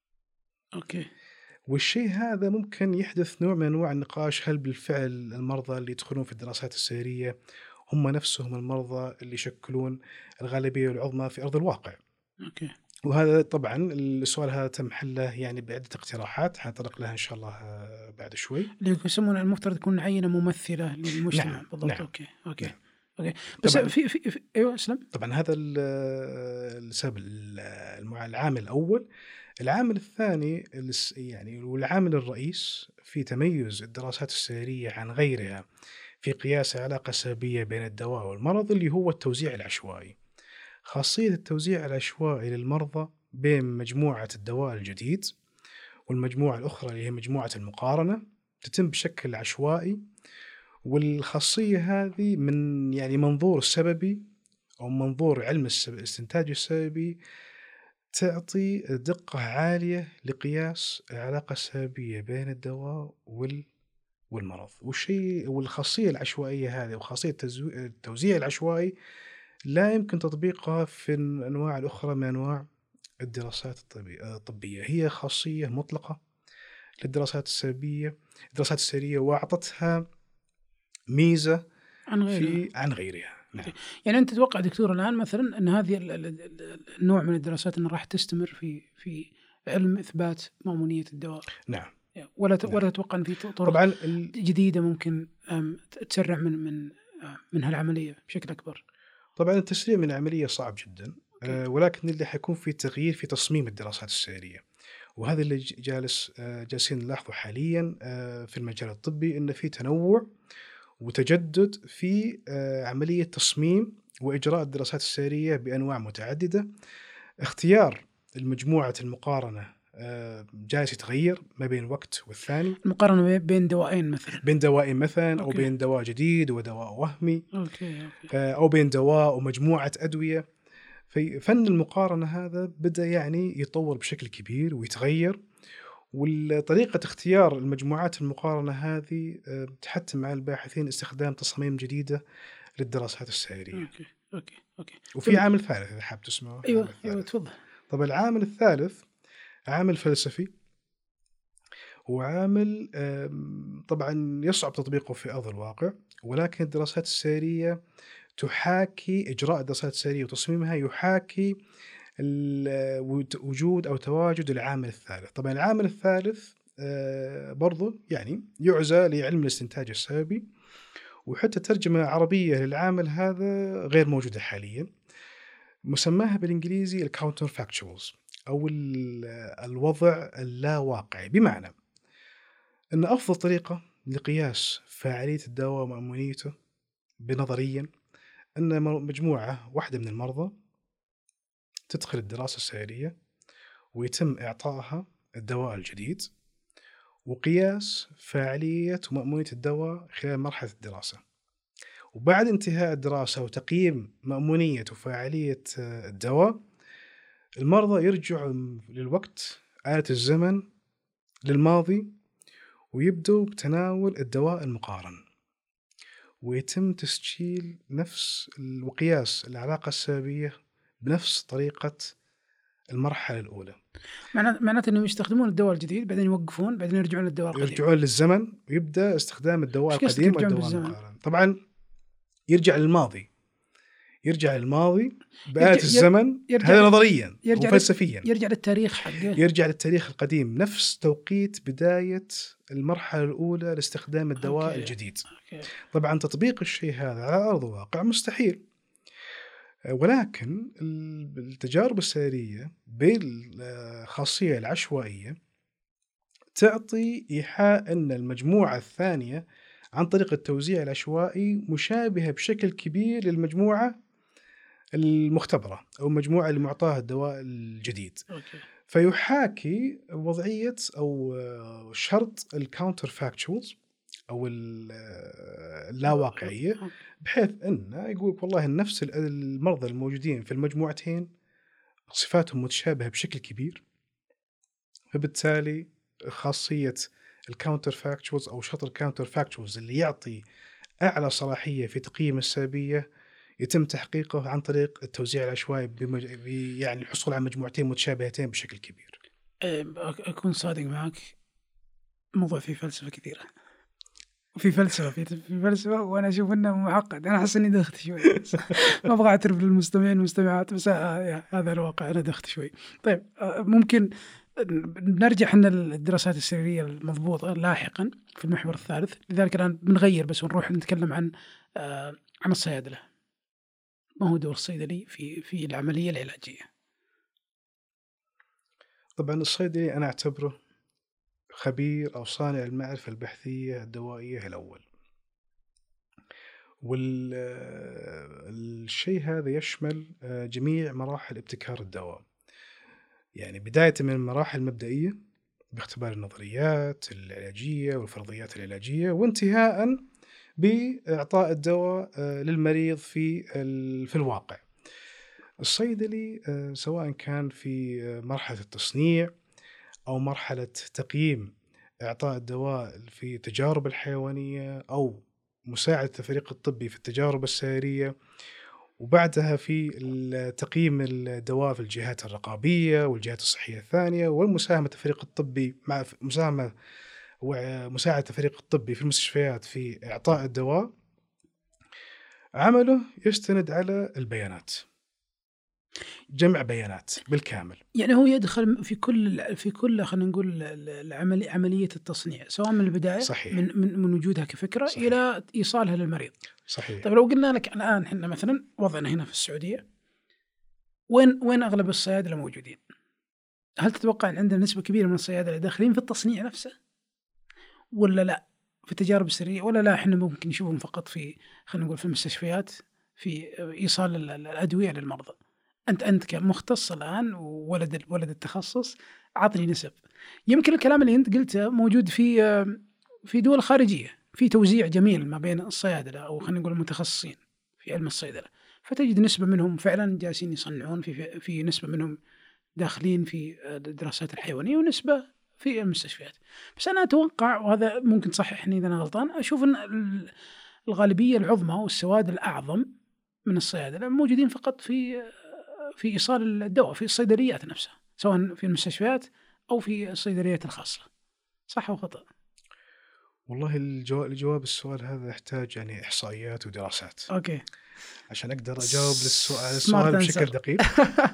A: أوكي.
B: والشيء هذا ممكن يحدث نوع من أنواع النقاش، هل بالفعل المرضى اللي يدخلون في الدراسات السريرية هم نفسهم المرضى اللي يشكلون الغالبية العظمى في أرض الواقع؟
A: أوكي.
B: وهذا طبعا السؤال هذا تم حله يعني بعدة اقتراحات حنطرق لها إن شاء الله بعد شوي.
A: اللي يسمونه المفترض تكون عينة ممثلة للمجتمع.
B: نعم.
A: بالضبط.
B: نعم.
A: أوكي.
B: نعم.
A: أوكي. بس في أيوة أسلم.
B: طبعا هذا السبب العامل الأول. العامل الثاني يعني والعامل الرئيس في تميز الدراسات السريرية عن غيرها في قياس العلاقة السببية بين الدواء والمرض اللي هو التوزيع العشوائي. خاصية التوزيع العشوائي للمرضى بين مجموعة الدواء الجديد والمجموعة الأخرى اللي هي مجموعة المقارنة تتم بشكل عشوائي. والخاصية هذه من يعني منظور السببي أو منظور علم الاستنتاج السببي تعطي دقة عالية لقياس العلاقة السببية بين الدواء والمرض. والخاصية العشوائية هذه وخاصية التوزيع العشوائي لا يمكن تطبيقها في الأنواع الأخرى من أنواع الدراسات الطبية. هي خاصية مطلقة للدراسات السريرية وأعطتها ميزة عن غيرها. نعم.
A: يعني أنت تتوقع دكتور الآن مثلا أن هذه النوع من الدراسات أنها راح تستمر في علم إثبات مأمونية الدواء؟
B: نعم.
A: ولا تتوقع أن في طرق طبعاً جديدة ممكن تسرع من هالعملية بشكل أكبر؟
B: طبعا التسريع من العملية صعب جدا. ولكن اللي حيكون في تغيير في تصميم الدراسات السريرية، وهذا اللي جالسين نلاحظه حاليا في المجال الطبي، إن في تنوع وتجدد في عملية تصميم وإجراء الدراسات السريرية بأنواع متعددة. اختيار المجموعة المقارنة جالس يتغير ما بين وقت والثاني.
A: المقارنة بين دوائين مثلا
B: أو بين دواء جديد ودواء وهمي.
A: أوكي.
B: أو بين دواء ومجموعة أدوية. في فن المقارنة هذا بدأ يعني يتطور بشكل كبير ويتغير. والطريقة اختيار المجموعات المقارنة هذه تحتم على الباحثين استخدام تصاميم جديدة للدراسات السريرية.
A: أوكي.
B: وفي عامل ثالث إذا حاب تسمعه.
A: أيوة تفضل.
B: طب العامل الثالث عامل فلسفي، وعامل طبعا يصعب تطبيقه في أرض الواقع، ولكن الدراسات السريرية تحاكي إجراء الدراسات السريرية وتصميمها يحاكي وجود أو تواجد العامل الثالث. طبعا العامل الثالث برضو يعني يعزى لعلم الاستنتاج السببي، وحتى ترجمة عربية للعامل هذا غير موجودة حاليا. مسماها بالإنجليزي الكاونتر فاكتشوالز أو الوضع اللا واقعي، بمعنى أن أفضل طريقة لقياس فاعلية الدواء ومأمونيته بنظريا أن مجموعة واحدة من المرضى تدخل الدراسة السريرية ويتم إعطائها الدواء الجديد وقياس فاعلية ومأمونية الدواء خلال مرحلة الدراسة. وبعد انتهاء الدراسة وتقييم مأمونية وفاعلية الدواء، المرضى يرجعوا للوقت آلة الزمن للماضي ويبدأوا بتناول الدواء المقارن، ويتم تسجيل نفس وقياس العلاقة السببية بنفس طريقة المرحلة الأولى.
A: معناته أنهم يستخدمون الدواء الجديد بعدين يوقفون بعدين يرجعون للدواء القديم.
B: يرجعون للزمن ويبدأ استخدام الدواء القديم والدواء المقارن. طبعا يرجع للماضي يرجع للماضي بآلة
A: يرجع
B: الزمن،
A: يرجع
B: هذا نظريا
A: يرجع
B: وفلسفيا،
A: يرجع للتاريخ حقه.
B: يرجع للتاريخ القديم نفس توقيت بداية المرحلة الأولى لاستخدام الدواء
A: أوكي.
B: الجديد.
A: أوكي.
B: طبعا تطبيق الشيء هذا على أرض الواقع مستحيل، ولكن التجارب السيرية بالخاصية العشوائية تعطي إيحاء أن المجموعة الثانية عن طريق التوزيع العشوائي مشابهة بشكل كبير للمجموعة المختبرة أو المجموعة اللي معطاها الدواء الجديد.
A: أوكي.
B: فيحاكي وضعية أو شرط الكاونتر فاكتشوالز أو اللاواقعية، بحيث أنه يقول والله نفس المرضى الموجودين في المجموعتين صفاتهم متشابهة بشكل كبير، فبالتالي خاصية الكاونتر فاكتشوالز أو شرط الكاونتر فاكتشوالز اللي يعطي أعلى صلاحية في تقييم السببية يتم تحقيقه عن طريق التوزيع العشوائي يعني الحصول على مجموعتين متشابهتين بشكل كبير.
A: أكون صادق معك، موضوع فيه فلسفة كثيرة، في فلسفة وأنا أشوف إنه معقد. أنا أحس إني دخت شوي ما أبغى أعترف للمستمعين والمستمعات، بس هذا الواقع، أنا دخت شوي. طيب ممكن نرجع إحنا الدراسات السريرية المضبوطة لاحقا في المحور الثالث، لذلك الآن بنغير بس ونروح نتكلم عن الصيادلة. ما هو دور الصيدلي في العملية العلاجية؟
B: طبعا الصيدلي أنا أعتبره خبير أو صانع المعرفة البحثية الدوائية الأول، والشيء هذا يشمل جميع مراحل ابتكار الدواء، يعني بداية من المراحل المبدئية باختبار النظريات العلاجية والفرضيات العلاجية، وانتهاء بإعطاء الدواء للمريض في الواقع. الصيدلي سواء كان في مرحلة التصنيع أو مرحلة تقييم إعطاء الدواء في التجارب الحيوانية أو مساعدة الفريق الطبي في التجارب السيرية، وبعدها في تقييم الدواء في الجهات الرقابية والجهات الصحية الثانية، والمساهمة الفريق الطبي مع مساعدة الفريق الطبي في المستشفيات في إعطاء الدواء، عمله يستند على البيانات، جمع بيانات بالكامل.
A: يعني هو يدخل في كل خلينا نقول عملية التصنيع، سواء من البداية
B: صحيح.
A: من وجودها كفكرة صحيح. إلى إيصالها للمريض.
B: صحيح.
A: طيب لو قلنا لك الآن إحنا مثلا وضعنا هنا في السعودية، وين أغلب الصيادلة موجودين؟ هل تتوقع أن عندنا نسبة كبيرة من الصيادلة داخلين في التصنيع نفسه ولا لا في التجارب السرية، ولا لا إحنا ممكن نشوفهم فقط في خلينا نقول في المستشفيات في إيصال الأدوية للمرضى؟ أنت كمختص الآن وولد التخصص، عطني نسب. يمكن الكلام اللي أنت قلته موجود في دول خارجية، في توزيع جميل ما بين الصيادلة أو خلينا نقول المتخصصين في علم الصيدلة، فتجد نسبة منهم فعلا جالسين يصنعون، في نسبة منهم داخلين في الدراسات الحيوانية، ونسبة في المستشفيات. بس أنا أتوقع، وهذا ممكن تصححني إذا أنا غلطان، أشوف أن الغالبية العظمى والسواد الأعظم من الصيادلة موجودين فقط في إيصال الدواء في الصيدليات نفسها، سواء في المستشفيات أو في الصيدليات الخاصة. صح أو خطأ؟
B: والله الجواب السؤال هذا يحتاج يعني إحصائيات ودراسات.
A: أوكي.
B: عشان أقدر أجاوب السؤال بشكل دقيق.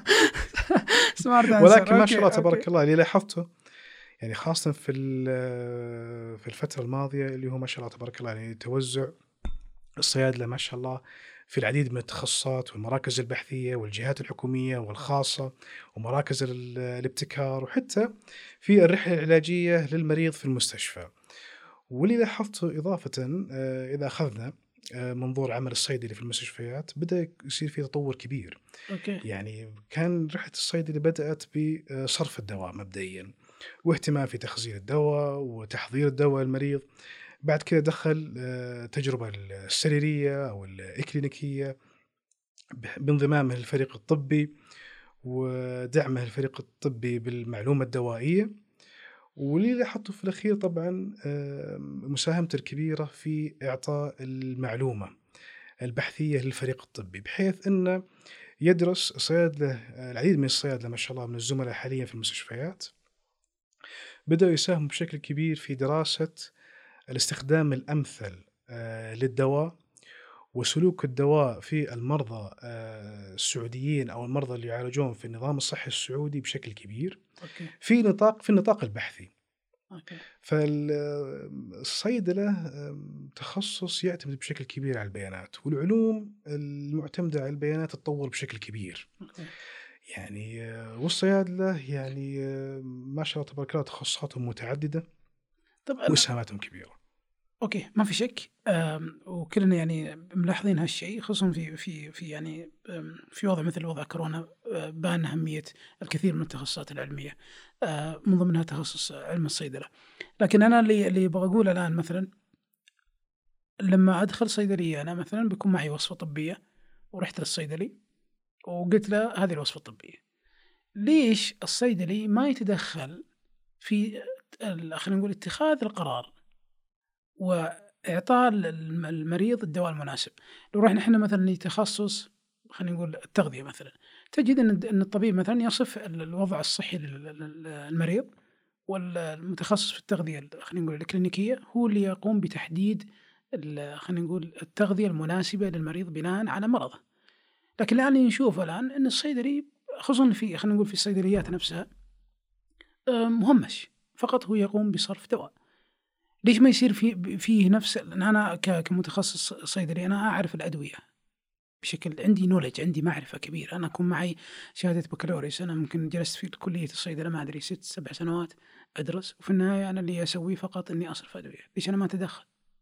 B: ولكن ما شاء الله تبارك الله اللي لاحظته يعني خاصة في الفترة الماضية اللي هو ما شاء الله تبارك الله يعني توزع الصيادلة ما شاء الله في العديد من التخصصات والمراكز البحثية والجهات الحكومية والخاصة ومراكز الابتكار، وحتى في الرحلة العلاجية للمريض في المستشفى. واللي لاحظته إضافة إذا أخذنا منظور عمل الصيدلي في المستشفيات، بدأ يصير في تطور كبير.
A: أوكي.
B: يعني كان رحلة الصيدلي بدأت بصرف الدواء مبدئيا، واهتمام في تخزين الدواء وتحضير الدواء للمريض. بعد كده دخل تجربة السريرية أو الإكلينيكية بانضمامه للفريق الطبي ودعمه الفريق الطبي بالمعلومة الدوائية. واللي لاحظته في الأخير طبعا مساهمته الكبيرة في إعطاء المعلومة البحثية للفريق الطبي، بحيث أنه يدرس صيادلة العديد من الصيادلة ما شاء الله من الزملاء حاليا في المستشفيات بدأوا يساهموا بشكل كبير في دراسة الاستخدام الأمثل للدواء وسلوك الدواء في المرضى السعوديين أو المرضى اللي يعالجون في النظام الصحي السعودي بشكل كبير
A: أوكي.
B: في النطاق البحثي.
A: أوكي.
B: فالصيدلة تخصص يعتمد بشكل كبير على البيانات، والعلوم المعتمدة على البيانات تتطور بشكل كبير.
A: أوكي.
B: يعني والصيادلة يعني ما شاء الله تبارك الله تخصصاتهم متعددة
A: طبعا.
B: وإسهاماتهم كبيرة.
A: اوكي، ما في شك. وكلنا يعني ملاحظين هالشيء، خصوصا في يعني في وضع مثل وضع كورونا. بان اهميه الكثير من التخصصات العلميه، من ضمنها تخصص علم الصيدله. لكن انا اللي بقوله الان مثلا، لما ادخل صيدليه انا مثلا بيكون معي وصفه طبيه، ورحت للصيدلي وقلت له هذه الوصفه الطبيه. ليش الصيدلي ما يتدخل في خلينا نقول اتخاذ القرار وإعطاء المريض الدواء المناسب؟ لو رحنا إحنا مثلا لتخصص خلينا نقول التغذية مثلا، تجد أن الطبيب مثلا يصف الوضع الصحي للمريض، والمتخصص في التغذية خلينا نقول الكلينيكية هو اللي يقوم بتحديد خلينا نقول التغذية المناسبة للمريض بناء على مرضه. لكن الآن نشوف الآن أن الصيدلي، خصوصا في خلينا نقول في الصيدليات نفسها، مهمش فقط هو يقوم بصرف دواء. ليش ما يصير فيه نفس؟ أنا كمتخصص صيدلي أنا أعرف الأدوية بشكل، عندي نولج، عندي معرفة كبيرة. أنا أكون معي شهادة بكالوريوس، أنا ممكن جلست في كلية الصيدلة ما أدري 6-7 سنوات أدرس، وفي النهاية أنا اللي أسويه فقط إني أصرف أدوية. ليش أنا ما أتدخل؟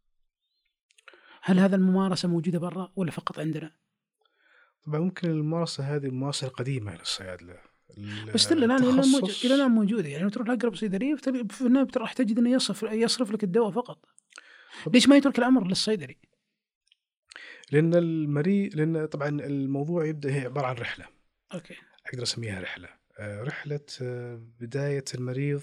A: هل هذا الممارسة موجودة برا ولا فقط عندنا؟
B: طبعا ممكن الممارسة هذه ممارسة قديمة للصيادلة،
A: بس الآن إلى الآن موجودة. يعني تروح لأقرب صيدلية في النهاية راح تجد إنه يصرف لك الدواء فقط. ليش ما يترك الأمر للصيدلي؟
B: لأن طبعا الموضوع يبدأ، هي عبارة عن رحلة.
A: أوكي.
B: أقدر أسميها رحلة. رحلة بداية المريض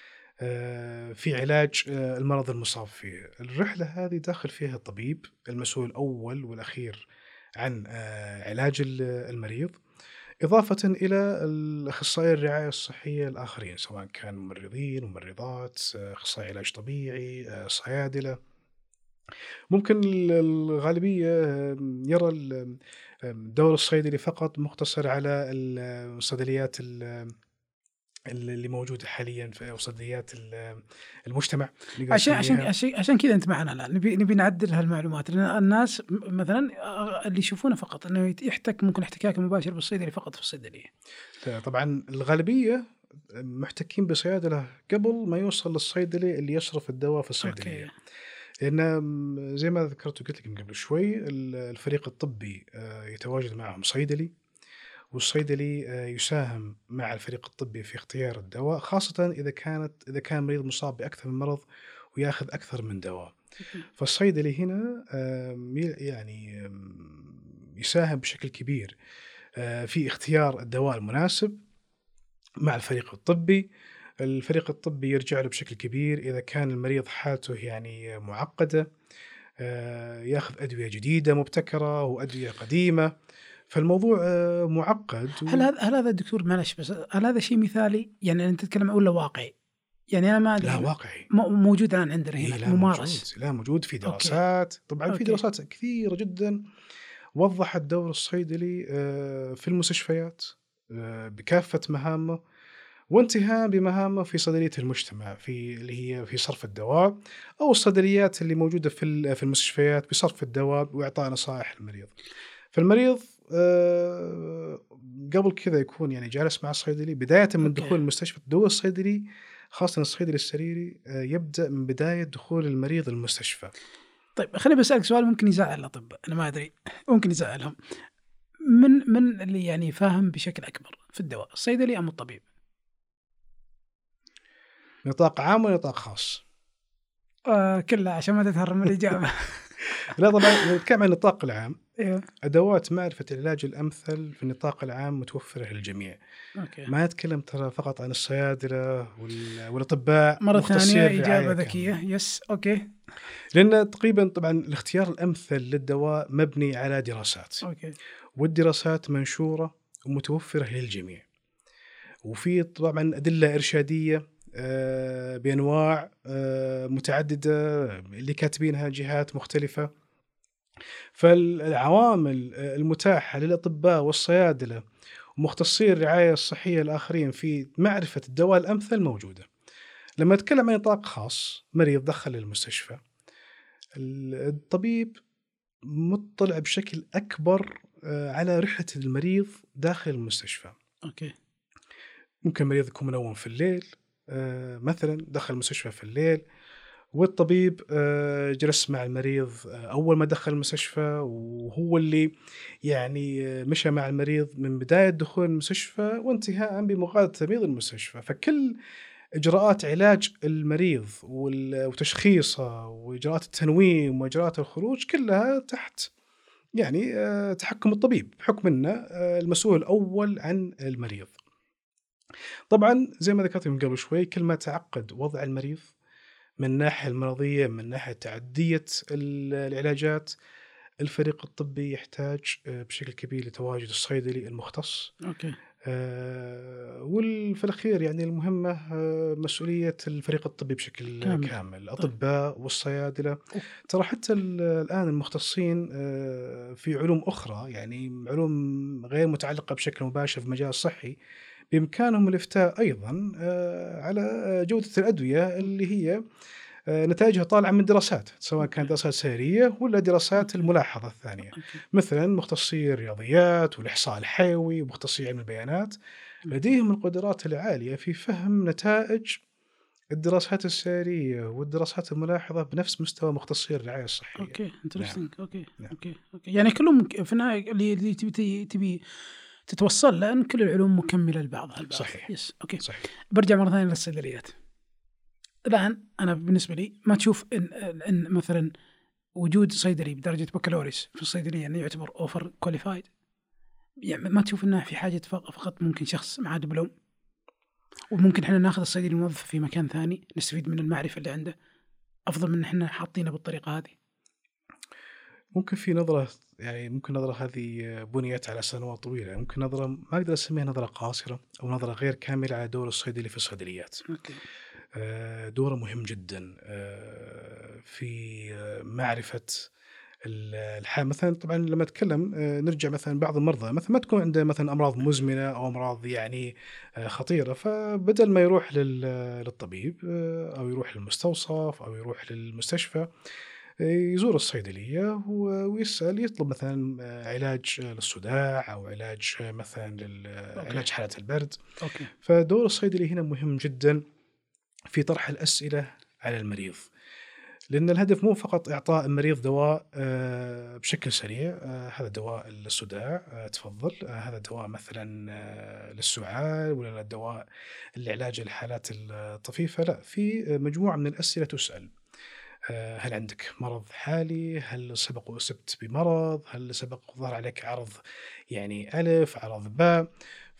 B: في علاج المرض المصاب فيه. الرحلة هذه داخل فيها الطبيب المسؤول الأول والأخير عن علاج المريض، إضافة إلى الأخصائي الرعاية الصحية الآخرين، سواء كانوا ممرضين، ممرضات، أخصائي علاج طبيعي، صيادلة. ممكن الغالبية يرى الدور الصيدلي فقط مقتصر على الصيدليات اللي موجودة حاليًا في صيدليات المجتمع.
A: عشان كذا أنت معنا الآن، نبي نعدل هالمعلومات، لأن الناس مثلًا اللي يشوفونه فقط إنه ممكن احتكاك مباشر بالصيدلي فقط في الصيدلية.
B: طبعًا الغالبية محتكين بصيادلة قبل ما يوصل للصيدلي اللي يصرف الدواء في الصيدلية.
A: أوكي.
B: لأن زي ما ذكرت وقلت لك من قبل شوي، الفريق الطبي يتواجد معهم صيدلي، والصيدلي يساهم مع الفريق الطبي في اختيار الدواء، خاصة إذا كان مريض مصاب بأكثر من مرض ويأخذ أكثر من دواء. فالصيدلي هنا يعني يساهم بشكل كبير في اختيار الدواء المناسب مع الفريق الطبي. الفريق الطبي يرجع له بشكل كبير إذا كان المريض حالته يعني معقدة، ياخذ أدوية جديدة مبتكرة وأدوية قديمة، فالموضوع معقد.
A: هل هذا دكتور، معلش بس، هل هذا شيء مثالي؟ يعني أنت تتكلم ولا واقعي؟ يعني أنا ما أدري.
B: لا، واقعي.
A: موجود الآن عندنا هنا
B: لا
A: ممارس.
B: موجود في دراسات. طبعا في دراسات كثيرة جدا وضحت دور الصيدلي في المستشفيات بكافة مهامه، وانتهاء بمهامه في صيدلية المجتمع، اللي هي في صرف الدواء، أو الصيدليات اللي موجودة في المستشفيات بصرف الدواء وإعطاء نصائح للمريض. فالمريض قبل كذا يكون يعني جالس مع الصيدلي بداية من دخول المستشفى. دور الصيدلي خاصة الصيدلي السريري يبدأ من بداية دخول المريض المستشفى.
A: طيب خليني بسألك سؤال ممكن يزعل الأطباء، أنا ما أدري، ممكن يزعلهم. من اللي يعني فاهم بشكل أكبر في الدواء، الصيدلي أم الطبيب؟
B: نطاق عام ونطاق خاص.
A: كلها عشان ما تتهرم الإجابة.
B: لا طبعا نتكلم عن النطاق العام. أدوات معرفة العلاج الأمثل في النطاق العام متوفرة للجميع.
A: أوكي.
B: ما نتكلم ترى فقط عن الصيادلة والأطباء.
A: مرة ثانية إجابة ذكية. يس. أوكي.
B: لأن تقريبا طبعا الاختيار الأمثل للدواء مبني على دراسات.
A: أوكي.
B: والدراسات منشورة ومتوفرة للجميع، وفي طبعا أدلة إرشادية بأنواع متعددة اللي كاتبينها جهات مختلفة. فالعوامل المتاحة للأطباء والصيادلة ومختصي الرعاية الصحية الآخرين في معرفة الدواء الأمثل موجودة. لما أتكلم عن نطاق خاص، مريض دخل المستشفى، الطبيب مطلع بشكل أكبر على رحلة المريض داخل المستشفى.
A: أوكي.
B: ممكن مريض يكون منوم في الليل، مثلا دخل المستشفى في الليل، والطبيب جلس مع المريض أول ما دخل المستشفى، وهو اللي يعني مشى مع المريض من بداية دخول المستشفى وانتهاء بمغادرة المريض المستشفى. فكل إجراءات علاج المريض وتشخيصه وإجراءات التنويم وإجراءات الخروج كلها تحت يعني تحكم الطبيب، بحكم أنه المسؤول الأول عن المريض. طبعا زي ما ذكرت من قبل شوي، كل ما تعقد وضع المريض من الناحية المرضية، من ناحية تعدية العلاجات، الفريق الطبي يحتاج بشكل كبير لتواجد الصيدلي المختص.
A: أوكي.
B: وفي الأخير يعني المهمة مسؤولية الفريق الطبي بشكل كامل. الأطباء والصيادلة. ترى حتى الآن المختصين في علوم أخرى، يعني علوم غير متعلقة بشكل مباشر في المجال الصحي، بإمكانهم الإفتاء أيضا على جودة الأدوية اللي هي نتائجها طالعة من دراسات، سواء كانت دراسات سيرية ولا دراسات الملاحظة الثانية. مثلا مختصي الرياضيات والإحصاء الحيوي ومختصي علم البيانات لديهم القدرات العالية في فهم نتائج الدراسات السيرية والدراسات الملاحظة بنفس مستوى مختصي الرعاية الصحية.
A: أوكي.
B: نعم.
A: أوكي. يعني كلهم في النهاية اللي تبي تتوصل، لأن كل العلوم مكملة لبعضها البعض.
B: صحيح.
A: يس. أوكي.
B: صحيح.
A: برجع مرة ثانية للصيدليات. الآن أنا بالنسبة لي ما تشوف إن مثلا وجود صيدلي بدرجة بكالوريوس في الصيدلية أنه يعتبر أوفر كواليفايد؟ يعني ما تشوف أنه في حاجة فقط ممكن شخص معاه دبلوم، وممكن إحنا ناخذ الصيدلي الموظف في مكان ثاني نستفيد من المعرفة اللي عنده أفضل من إحنا حاطينه بالطريقة هذه؟
B: ممكن في نظرة، يعني ممكن نظرة هذه بنيت على سنوات طويلة، ممكن نظرة ما أقدر أسميها نظرة قاصرة أو نظرة غير كاملة على دور الصيدلي في الصيدليات.
A: أوكي.
B: دوره مهم جدا في معرفة الحال. مثلا طبعا لما أتكلم نرجع مثلا بعض المرضى مثلا ما تكون عنده مثلا أمراض مزمنة أو أمراض يعني خطيرة، فبدل ما يروح للطبيب أو يروح للمستوصف أو يروح للمستشفى، يزور الصيدلية ويسأل، يطلب مثلا علاج للصداع أو علاج مثلا علاج حالة البرد.
A: أوكي.
B: فدور الصيدلي هنا مهم جدا في طرح الأسئلة على المريض، لأن الهدف مو فقط إعطاء المريض دواء بشكل سريع، هذا دواء للصداع تفضل، هذا دواء مثلا للسعال، ولا دواء لعلاج الحالات الطفيفة. لا، في مجموعة من الأسئلة تسأل. هل عندك مرض حالي؟ هل سبق وأصبت بمرض؟ هل سبق وظهر عليك عرض يعني ألف، عرض باء؟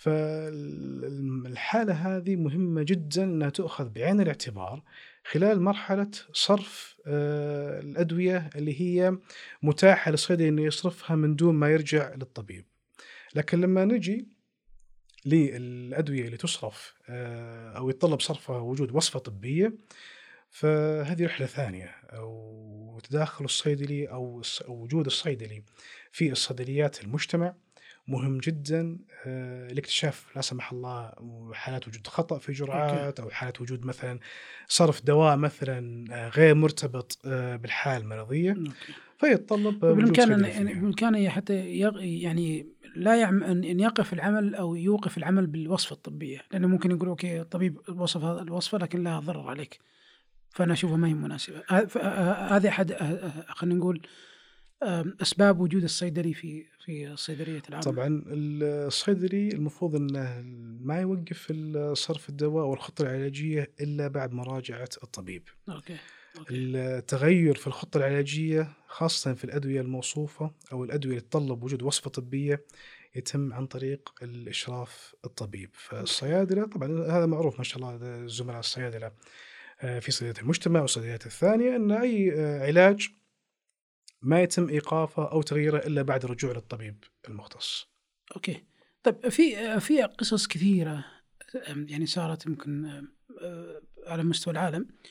B: فالحالة هذه مهمة جدا أنها تؤخذ بعين الاعتبار خلال مرحلة صرف الأدوية اللي هي متاحة للصيدلي أنه يصرفها من دون ما يرجع للطبيب. لكن لما نجي للأدوية اللي تصرف أو يتطلب صرفها وجود وصفة طبية، فهذه رحلة ثانية. وتداخل الصيدلي أو وجود الصيدلي في الصيدليات المجتمع مهم جدا لاكتشاف لا سمح الله حالات وجود خطأ في جرعات، أو حالات وجود مثلا صرف دواء مثلا غير مرتبط بالحالة المرضية، فيتطلب
A: بإمكانه حتى يعني لا أن يقف العمل أو يوقف العمل بالوصفة الطبية، لأنه ممكن يقول أوكي الطبيب وصف هذا الوصفة لكن لها ضرر عليك، فأنا أشوفها ما هي مناسبة. هذا أحد خلينا نقول أسباب وجود الصيدلي في الصيدلية العامة.
B: طبعا الصيدلي المفروض أنه ما يوقف صرف الدواء والخطة العلاجية إلا بعد مراجعة الطبيب.
A: أوكي.
B: التغير في الخطة العلاجية خاصة في الأدوية الموصوفة أو الأدوية اللي تطلب وجود وصفة طبية يتم عن طريق الإشراف الطبيب. فالصيادلة طبعا هذا معروف ما شاء الله، زملاء الصيادلة في صيدليات المجتمع والصيدليات الثانية، أن أي علاج ما يتم إيقافه أو تغييره إلا بعد الرجوع للطبيب المختص.
A: أوكي. طيب في قصص كثيرة يعني صارت يمكن على مستوى العالم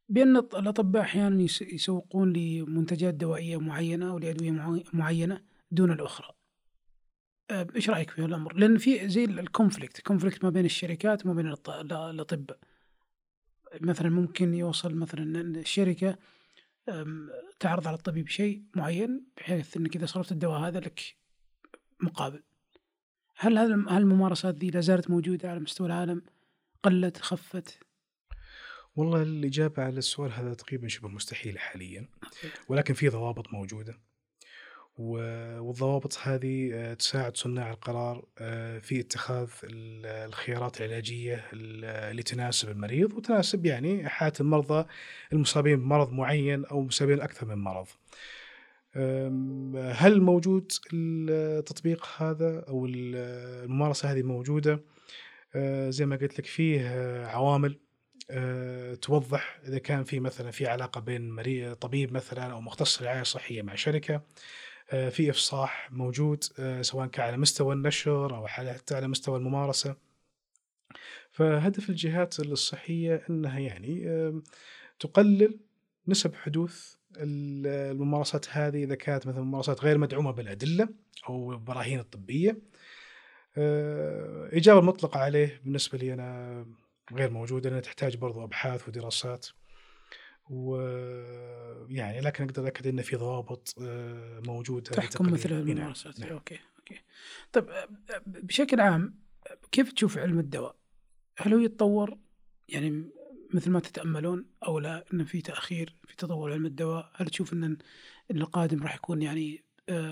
A: بأن الأطباء أحيانا يسوقون لمنتجات دوائية معينة أو لأدوية معينة دون الأخرى. إيش رأيك في الأمر؟ لأن في زي الكونفليكت ما بين الشركات وما بين الأطباء. مثلا ممكن يوصل مثلا أن الشركة تعرض على الطبيب شيء معين بحيث أنك إذا صرفت الدواء هذا لك مقابل. هل الممارسات ذي لا زالت موجودة على مستوى العالم؟ قلت؟ خفت؟
B: والله الإجابة على السؤال هذا تقريبا شبه مستحيل حاليا، ولكن في ضوابط موجودة، والضوابط هذه تساعد صناع القرار في اتخاذ الخيارات العلاجية اللي تناسب المريض وتناسب يعني حالة المرضى المصابين بمرض معين أو مصابين أكثر من مرض. هل موجود التطبيق هذا أو الممارسة هذه موجودة؟ زي ما قلت لك فيه عوامل توضح إذا كان في مثلا في علاقة بين طبيب مثلا أو مختص رعاية صحية مع شركة، في إفصاح موجود سواء كان على مستوى النشر أو حتى على مستوى الممارسة. فهدف الجهات الصحية أنها يعني تقلل نسب حدوث الممارسات هذه إذا كانت مثلا ممارسات غير مدعومة بالأدلة أو البراهين الطبية. إجابة مطلقة عليه بالنسبة لي أنا غير موجودة، لأنها تحتاج برضو أبحاث ودراسات، ويعني لكن أقدر أكد أن في ضوابط موجودة
A: تحكم مثل الممارسات. نعم. أوكي. طيب بشكل عام كيف تشوف علم الدواء؟ هل هو يتطور يعني مثل ما تتأملون أو لا أن في تأخير في تطور علم الدواء؟ هل تشوف أن القادم راح يكون يعني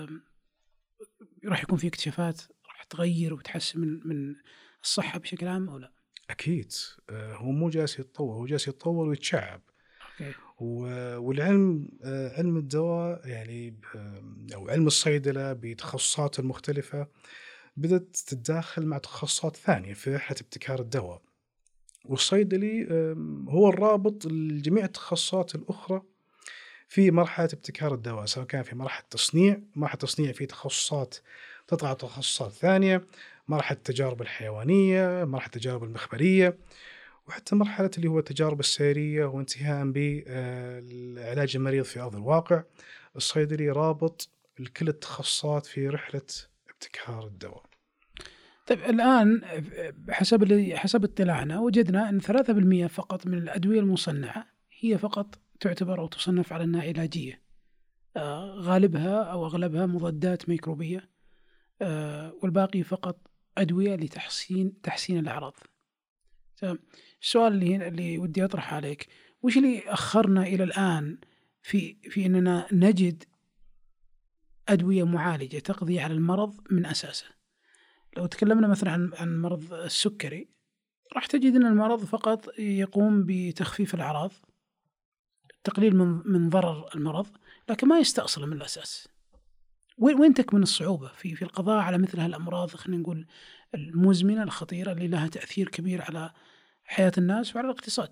A: راح يكون في اكتشافات راح تغير وتحسن من الصحة بشكل عام أو لا؟
B: أكيد. هو مو جالس يتطور، هو جالس يتطور ويتشعب.
A: أوكي.
B: والعلم علم الدواء يعني أو علم الصيدلة بتخصصاته المختلفة بدأت تتداخل مع تخصصات ثانية في رحلة ابتكار الدواء، والصيدلي هو الرابط لجميع التخصصات الأخرى في مرحلة ابتكار الدواء، سواء كان في مرحلة تصنيع في تخصصات تطلع تخصصات ثانية، مرحلة التجارب الحيوانية، مرحلة التجارب المخبرية، وحتى مرحلة اللي هو التجارب السيرية وانتهاء بعلاج المريض في أرض الواقع. الصيدلي رابط لكل التخصصات في رحلة ابتكار الدواء.
A: طيب الآن حسب اطلاعنا وجدنا أن 3% فقط من الأدوية المصنعة هي فقط تعتبر أو تصنف على أنها علاجية، غالبها أو أغلبها مضادات ميكروبية، والباقي فقط أدوية تحسين الأعراض. السؤال اللي ودي أطرح عليك، وش اللي أخرنا إلى الآن في أننا نجد أدوية معالجة تقضي على المرض من أساسه؟ لو تكلمنا مثلا عن مرض السكري راح تجد أن المرض فقط يقوم بتخفيف الأعراض، التقليل من ضرر المرض، لكن ما يستأصل من الأساس. وين تكمن الصعوبة في القضاء على مثل هالأمراض، خلينا نقول المزمنة الخطيرة اللي لها تأثير كبير على حياة الناس وعلى الاقتصاد؟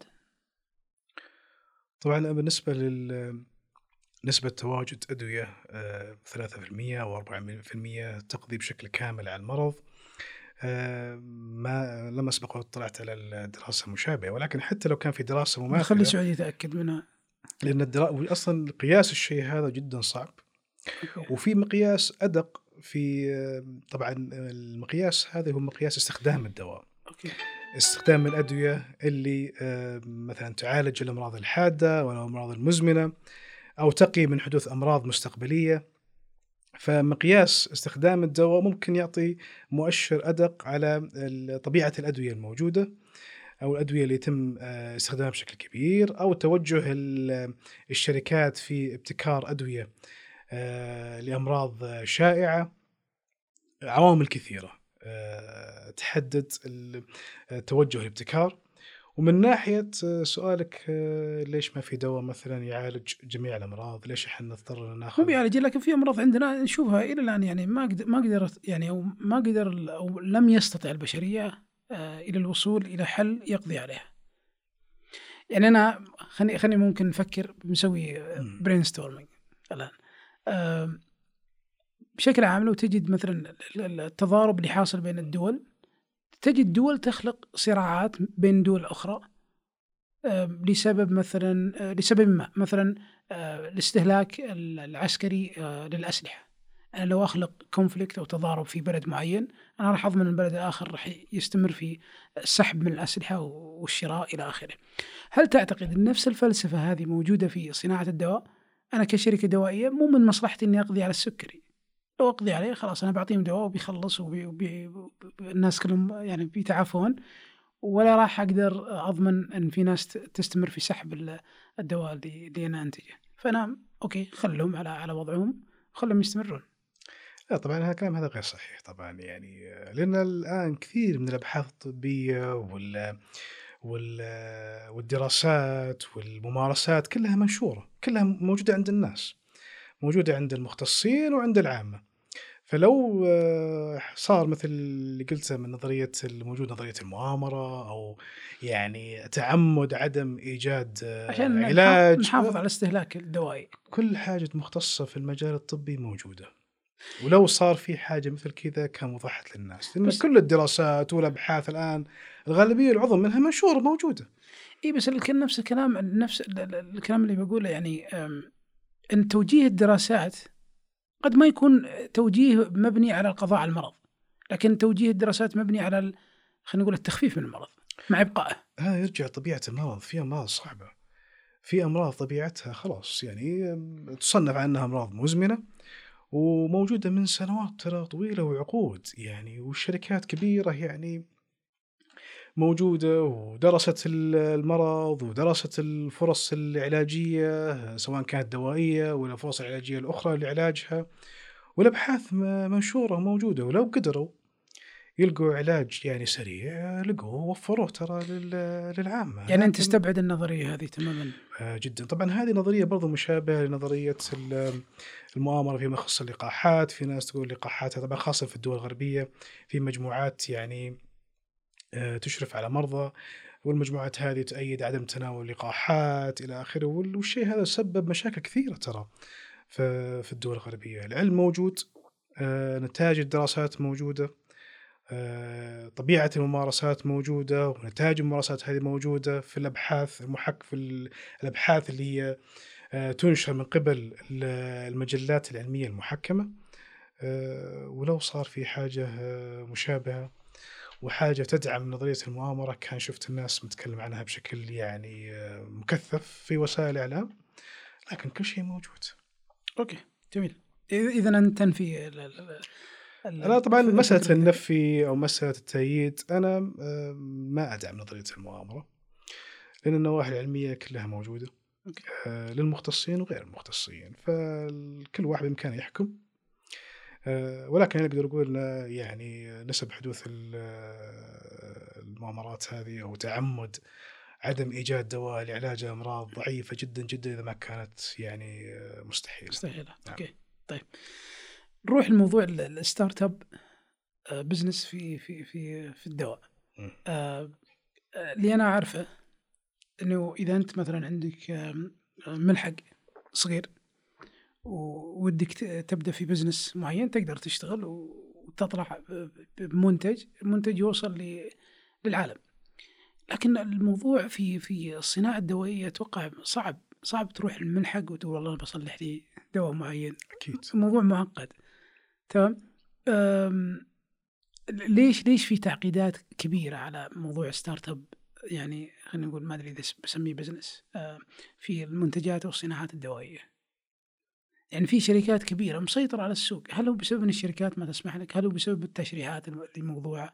B: طبعا بالنسبة نسبة تواجد أدوية 3% أو 4% تقضي بشكل كامل على المرض، ما لم أسبق واطلعت على الدراسة المشابهة، ولكن حتى لو كان في دراسة مماثلة
A: خلي سعودي يتأكد منها،
B: لأن أصلا قياس الشيء هذا جدا صعب. وفي مقياس أدق في طبعا المقياس هذا هو مقياس استخدام الدواء. استخدام الأدوية اللي مثلا تعالج الأمراض الحادة أو الأمراض المزمنة أو تقي من حدوث أمراض مستقبلية. فمقياس استخدام الدواء ممكن يعطي مؤشر أدق على طبيعة الأدوية الموجودة أو الأدوية اللي يتم استخدامها بشكل كبير، أو توجه الشركات في ابتكار أدوية لأمراض شائعة. عوامل كثيرة تحدد توجه الابتكار. ومن ناحية سؤالك ليش ما في دواء مثلا يعالج جميع الأمراض، ليش احنا نضطر ناخذ؟
A: مو بيعالج، لكن في أمراض عندنا نشوفها إلى الآن يعني ما قدرت يعني أو لم يستطع البشرية إلى الوصول إلى حل يقضي عليها. يعني أنا خلني ممكن نفكر بنسوي brainstorming الآن. بشكل عام لو تجد مثلا التضارب اللي حاصل بين الدول، تجد دول تخلق صراعات بين دول أخرى لسبب مثلا لسبب ما مثلا الاستهلاك العسكري للأسلحة. أنا لو أخلق كونفليكت أو تضارب في بلد معين، أنا راح أضمن البلد الآخر راح يستمر في السحب من الأسلحة والشراء إلى آخره. هل تعتقد أن نفس الفلسفة هذه موجودة في صناعة الدواء؟ أنا كشركة دوائية مو من مصلحتي إني أقضي على السكري، لو أقضي عليه خلاص أنا بعطيهم دواء وبيخلص الناس كلهم يعني بيتعافون، ولا راح أقدر أضمن أن في ناس تستمر في سحب الدواء اللي أنا أنتجه. فأنا أوكي، خلهم على وضعهم، خلهم يستمرون.
B: لا طبعا هذا الكلام هذا غير صحيح طبعا، يعني لأن الآن كثير من الأبحاث الطبية والدراسات والممارسات كلها منشورة، كلها موجودة عند الناس، موجودة عند المختصين وعند العامة. فلو صار مثل اللي قلته من نظرية الموجود، نظرية المؤامرة، أو يعني تعمد عدم إيجاد
A: عشان
B: علاج،
A: نحافظ على الاستهلاك الدوائي.
B: كل حاجة مختصة في المجال الطبي موجودة. ولو صار في حاجة مثل كذا كان وضحت للناس، لأن كل الدراسات والأبحاث الآن الغالبية العظمى منها منشورة موجودة.
A: إيه بس كان نفس الكلام، نفس الكلام اللي بقوله، يعني أن توجيه الدراسات قد ما يكون توجيه مبني على القضاء على المرض، لكن توجيه الدراسات مبني على خلينا نقول التخفيف من المرض مع إبقائه.
B: هذا يرجع طبيعة المرض. في أمراض صعبة، في أمراض طبيعتها خلاص يعني تصنف عنها أمراض مزمنة وموجودة من سنوات ترى طويلة وعقود يعني، والشركات كبيرة يعني موجودة ودرست المرض ودرست الفرص العلاجية سواء كانت دوائية ولا الفرص العلاجية الأخرى لعلاجها، والأبحاث منشورة موجودة. ولو قدروا يلقوا علاج يعني سريع لقوه ووفروه ترى للعامة.
A: يعني أنت تستبعد النظرية هذه تماما؟
B: جدا طبعا. هذه نظرية برضو مشابهة لنظرية المؤامرة فيما يخص اللقاحات. في ناس تقول اللقاحات طبعا خاصة في الدول الغربية في مجموعات يعني تشرف على مرضى، والمجموعات هذه تؤيد عدم تناول اللقاحات إلى آخره، والشيء هذا سبب مشاكل كثيرة ترى في الدول الغربية. العلم موجود، نتائج الدراسات موجودة، طبيعة الممارسات موجودة، ونتائج الممارسات هذه موجودة في الأبحاث في الأبحاث اللي هي تنشر من قبل المجلات العلمية المحكمة. ولو صار في حاجة مشابهة وحاجة تدعم نظرية المؤامرة كان شفت الناس متكلم عنها بشكل يعني مكثف في وسائل الإعلام، لكن كل شيء موجود.
A: أوكي جميل. إذا أنت تنفي
B: لا طبعا مسألة النفي أو مسألة التأييد أنا ما أدعم نظرية المؤامرة، لأن النواحي العلمية كلها موجودة للمختصين وغير المختصين، فكل واحد بإمكانه يحكم. ولكن أنا أقدر أقول يعني نسب حدوث المؤامرات هذه أو تعمد عدم إيجاد دواء لعلاج أمراض ضعيفة جدا جدا إذا ما كانت يعني مستحيلة.
A: نعم. أوكي طيب نروح لموضوع الستارت اب بزنس في الدواء. اللي أنا أعرفه إنه إذا أنت مثلا عندك ملحق صغير ودك تبدأ في بزنس معين، تقدر تشتغل وتطلع بمنتج، المنتج يوصل للعالم. لكن الموضوع في الصناعة الدوائية أتوقع صعب تروح الملحق وتقول والله بصلح لي دواء معين.
B: أكيد
A: الموضوع معقد. تمام. ليش في تعقيدات كبيرة على موضوع ستارت اب، يعني خلينا نقول ما أدري إذا بسميه بزنس في المنتجات والصناعات الدوائية؟ يعني في شركات كبيرة مسيطرة على السوق، هل هو بسبب أن الشركات ما تسمح لك؟ هل هو بسبب التشريعات الموضوعة؟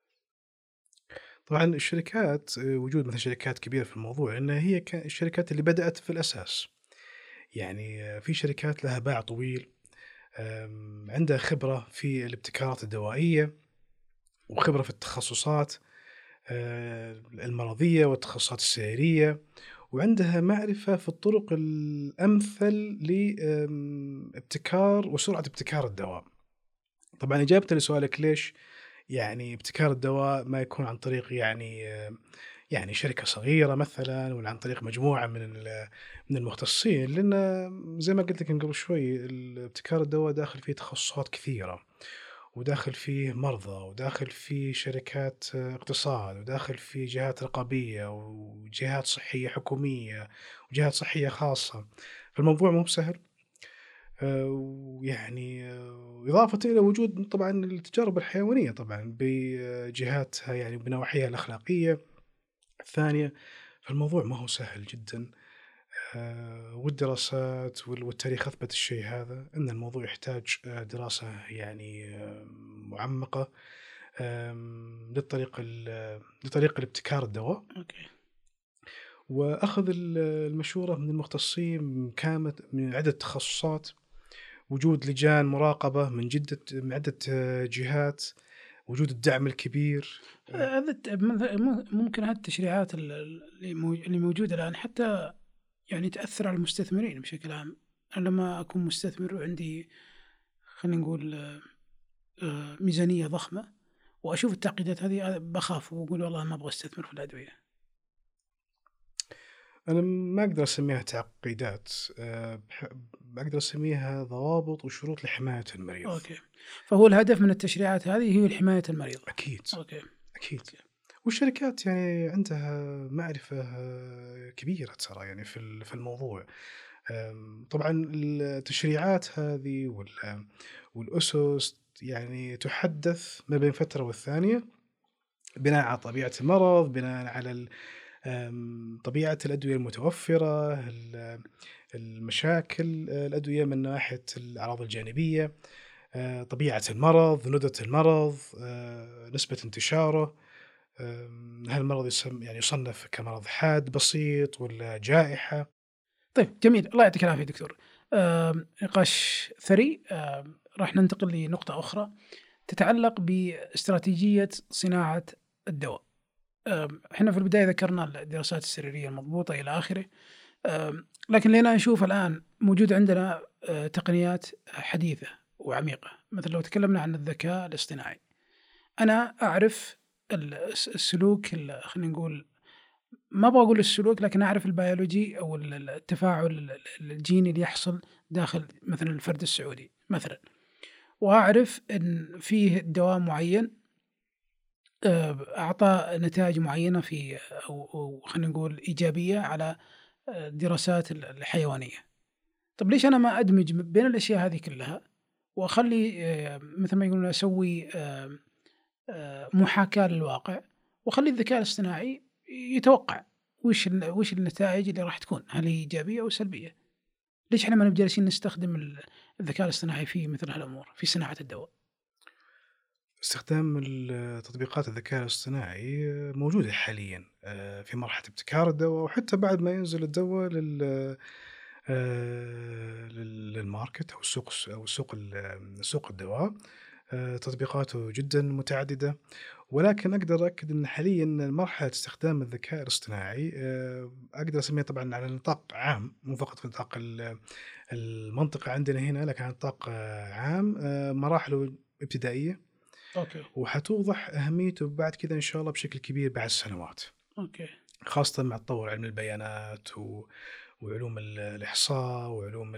B: طبعا الشركات، وجود مثل شركات كبيرة في الموضوع إن هي الشركات اللي بدأت في الأساس، يعني في شركات لها باع طويل، عندها خبرة في الابتكارات الدوائية وخبرة في التخصصات المرضية والتخصصات السريرية، وعندها معرفة في الطرق الأمثل لابتكار وسرعة ابتكار الدواء. طبعا إجابة لسؤالك ليش يعني ابتكار الدواء ما يكون عن طريق يعني شركة صغيرة مثلا ولا عن طريق مجموعة من المختصين، لأن زي ما قلت لك قبل شوي ابتكار الدواء داخل فيه تخصصات كثيرة، وداخل فيه مرضى، وداخل فيه شركات اقتصاد، وداخل فيه جهات رقابية، وجهات صحية حكومية، وجهات صحية خاصة. فالموضوع مو بسهل. ويعني إضافةً إلى وجود طبعًا التجارب الحيوانية طبعًا بجهاتها يعني بنواحيها الأخلاقية الثانية. فالموضوع ما هو سهل جدًا. والدراسات والتاريخ أثبت الشيء هذا، أن الموضوع يحتاج دراسة يعني مُعمّقة لطريق الابتكار الدواء،
A: أوكي.
B: وأخذ المشورة من المختصين من عدة تخصصات، وجود لجان مراقبة من عدة جهات، وجود الدعم الكبير.
A: هذا ممكن هذه التشريعات اللي موجودة الآن حتى يعني تأثّر على المستثمرين بشكل عام. أنا لمّا أكون مستثمر وعندي خلّينا نقول ميزانية ضخمة وأشوف التعقيدات هذه باخاف وأقول والله ما أبغى أستثمر في الأدوية.
B: أنا ما أقدر أسميها تعقيدات، أقدر أسميها ضوابط وشروط لحماية المريض.
A: أوكي. فهو الهدف من التشريعات هذه هي حماية المريض.
B: أكيد،
A: أوكي.
B: أكيد.
A: أوكي.
B: والشركات يعني عندها معرفة كبيرة ترى يعني في الموضوع. طبعًا التشريعات هذه والأُسس يعني تُحدَّث ما بين فترة والثانية بناءً على طبيعة المرض، بناءً على طبيعة الأدوية المتوفرة، المشاكل الأدوية من ناحية الأعراض الجانبية، طبيعة المرض، ندرة المرض، نسبة انتشاره، هل المرض يعني يُصنَّف كمرض حاد بسيط والّا جائحة؟
A: طيب جميل، الله يعطيك العافية دكتور. نقاش ثري. راح ننتقل لنقطة أخرى تتعلق باستراتيجية صناعة الدواء. إحنا في البداية ذكرنا الدراسات السريرية المضبوطة إلى آخره. لكن لنا نشوف الآن موجود عندنا تقنيات حديثة وعميقة، مثل لو تكلمنا عن الذكاء الاصطناعي. أنا أعرف السلوك خلينا نقول، ما أبغى أقول السلوك، لكن أعرف البيولوجي أو التفاعل الجيني اللي يحصل داخل مثلًا الفرد السعودي مثلًا، وأعرف إن فيه دواء معين أعطى نتائج معينة في أو خلينا نقول إيجابية على الدراسات الحيوانية. طب ليش أنا ما أدمج بين الأشياء هذه كلها وأخلي مثل ما يقولون أسوي محاكاة للواقع، وأخلي الذكاء الاصطناعي يتوقع وش النتائج اللي راح تكون، هل هي إيجابية أو سلبية؟ ليش إحنا ما نبي جالسين نستخدم الذكاء الاصطناعي في مثل هالأمور في صناعة الدواء؟
B: استخدام تطبيقات الذكاء الاصطناعي موجودة حاليًا في مرحلة ابتكار الدوا، وحتى بعد ما ينزل الدوا للmarket أو سوق الدواء. تطبيقاته جدًا متعددة، ولكن أقدر أأكد إن حاليًا مرحلة استخدام الذكاء الاصطناعي أقدر أسميها طبعًا على نطاق عام، مو فقط في نطاق المنطقة عندنا هنا، لكن على نطاق عام. مراحله ابتدائية،
A: أوكي.
B: وحتوضح أهميته بعد كذا إن شاء الله بشكل كبير بعد سنوات،
A: أوكي.
B: خاصةً مع تطور علم البيانات وعلوم الإحصاء وعلوم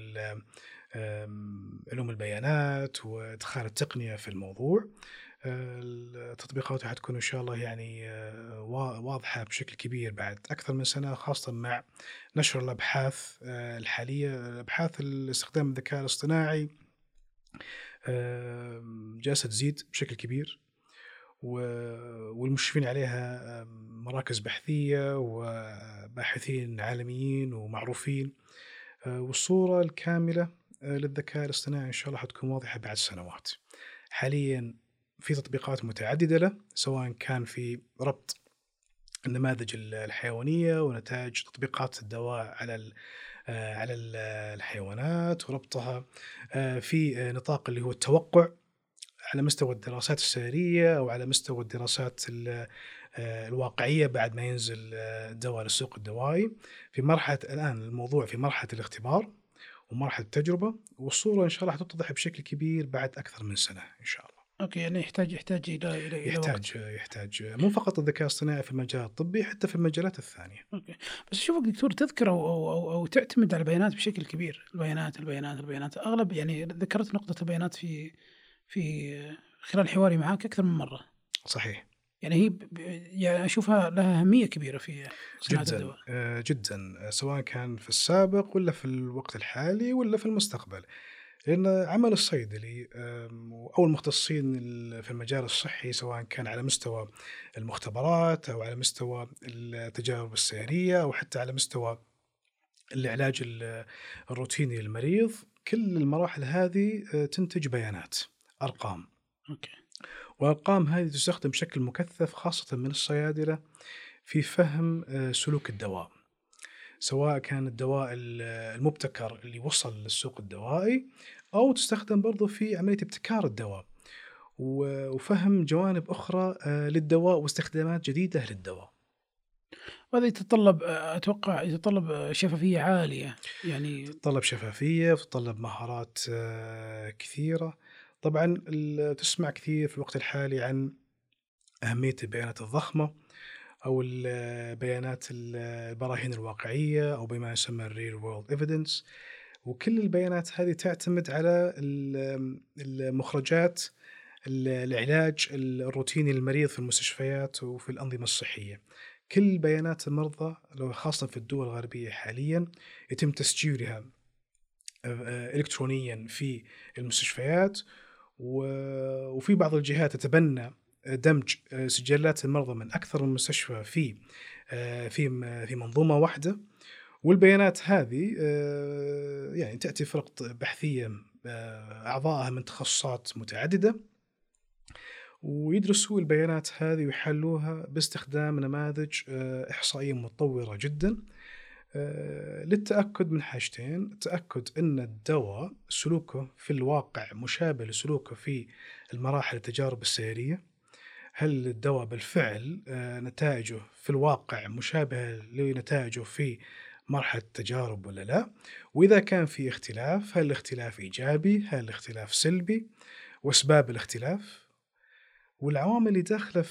B: علوم البيانات وإدخال التقنية في الموضوع. التطبيقات حتكون إن شاء الله يعني واضحة بشكل كبير بعد أكثر من سنة، خاصةً مع نشر الأبحاث الحالية، أبحاث استخدام الذكاء الاصطناعي جالسة تزيد بشكل كبير، والمشرفين عليها مراكز بحثية وباحثين عالميين ومعروفين. والصورة الكاملة للذكاء الاصطناعي إن شاء الله حتكون واضحة بعد سنوات. حاليًا في تطبيقات متعددة له، سواء كان في ربط النماذج الحيوانية ونتائج تطبيقات الدواء على الحيوانات، وربطها في نطاق اللي هو التوقع على مستوى الدراسات السريرية، أو على مستوى الدراسات الواقعية بعد ما ينزل الدواء للسوق الدوائي. في مرحلة الآن الموضوع في مرحلة الاختبار ومرحلة التجربة، والصورة إن شاء الله حتتضح بشكل كبير بعد أكثر من سنة إن شاء الله.
A: أوكي، يعني يحتاج إلى وقت.
B: يحتاج مو فقط الذكاء الاصطناعي في المجال الطبي، حتى في المجالات الثانية.
A: أوكي. بس أشوفك دكتور تذكر أو تعتمد على البيانات بشكل كبير. البيانات. أغلب يعني ذكرت نقطة البيانات في خلال حواري معاك أكثر من مرة.
B: صحيح.
A: يعني هي يعني أشوفها لها أهمية كبيرة في صناعة
B: جدًا،
A: الدواء.
B: جدًا، سواء كان في السابق والّا في الوقت الحالي والّا في المستقبل، لأن عمل الصيدلي أو المختصين في المجال الصحي سواء كان على مستوى المختبرات أو على مستوى التجارب السيرية أو حتى على مستوى العلاج الروتيني للمريض، كل المراحل هذه تنتج بيانات، أرقام،
A: أوكي.
B: والأرقام هذه تستخدم بشكل مكثف خاصةً من الصيادلة في فهم سلوك الدواء. سواء كان الدواء المبتكر اللي وصل للسوق الدوائي أو تستخدم برضو في عملية ابتكار الدواء وفهم جوانب أخرى للدواء واستخدامات جديدة للدواء.
A: وهذا يتطلب أتوقع يتطلب شفافية عالية يعني.
B: تتطلب شفافية وتتطلب مهارات كثيرة. طبعا تسمع كثير في الوقت الحالي عن أهمية البيانات الضخمة أو البيانات البراهين الواقعية أو بما يسمى الريل وورلد evidence، وكل البيانات هذه تعتمد على المخرجات العلاج الروتيني للمريض في المستشفيات وفي الأنظمة الصحية. كل بيانات المرضى خاصة في الدول الغربية حاليا يتم تسجيلها إلكترونيا في المستشفيات، وفي بعض الجهات تتبنى دمج سجلات المرضى من أكثر من مستشفى في منظومة واحدة. والبيانات هذه يعني تأتي فرق بحثية أعضائها من تخصصات متعددة، ويدرسوا البيانات هذه ويحلوها باستخدام نماذج إحصائية متطورة جدا للتأكد من حاجتين: تأكد أن الدواء سلوكه في الواقع مشابه لسلوكه في المراحل التجارب السيرية، هل الدواء بالفعل نتائجه في الواقع مشابهة لنتائجه في مرحلة التجارب ولا لا، وإذا كان في اختلاف هل الاختلاف إيجابي هل الاختلاف سلبي، وأسباب الاختلاف، والعوامل اللي داخلة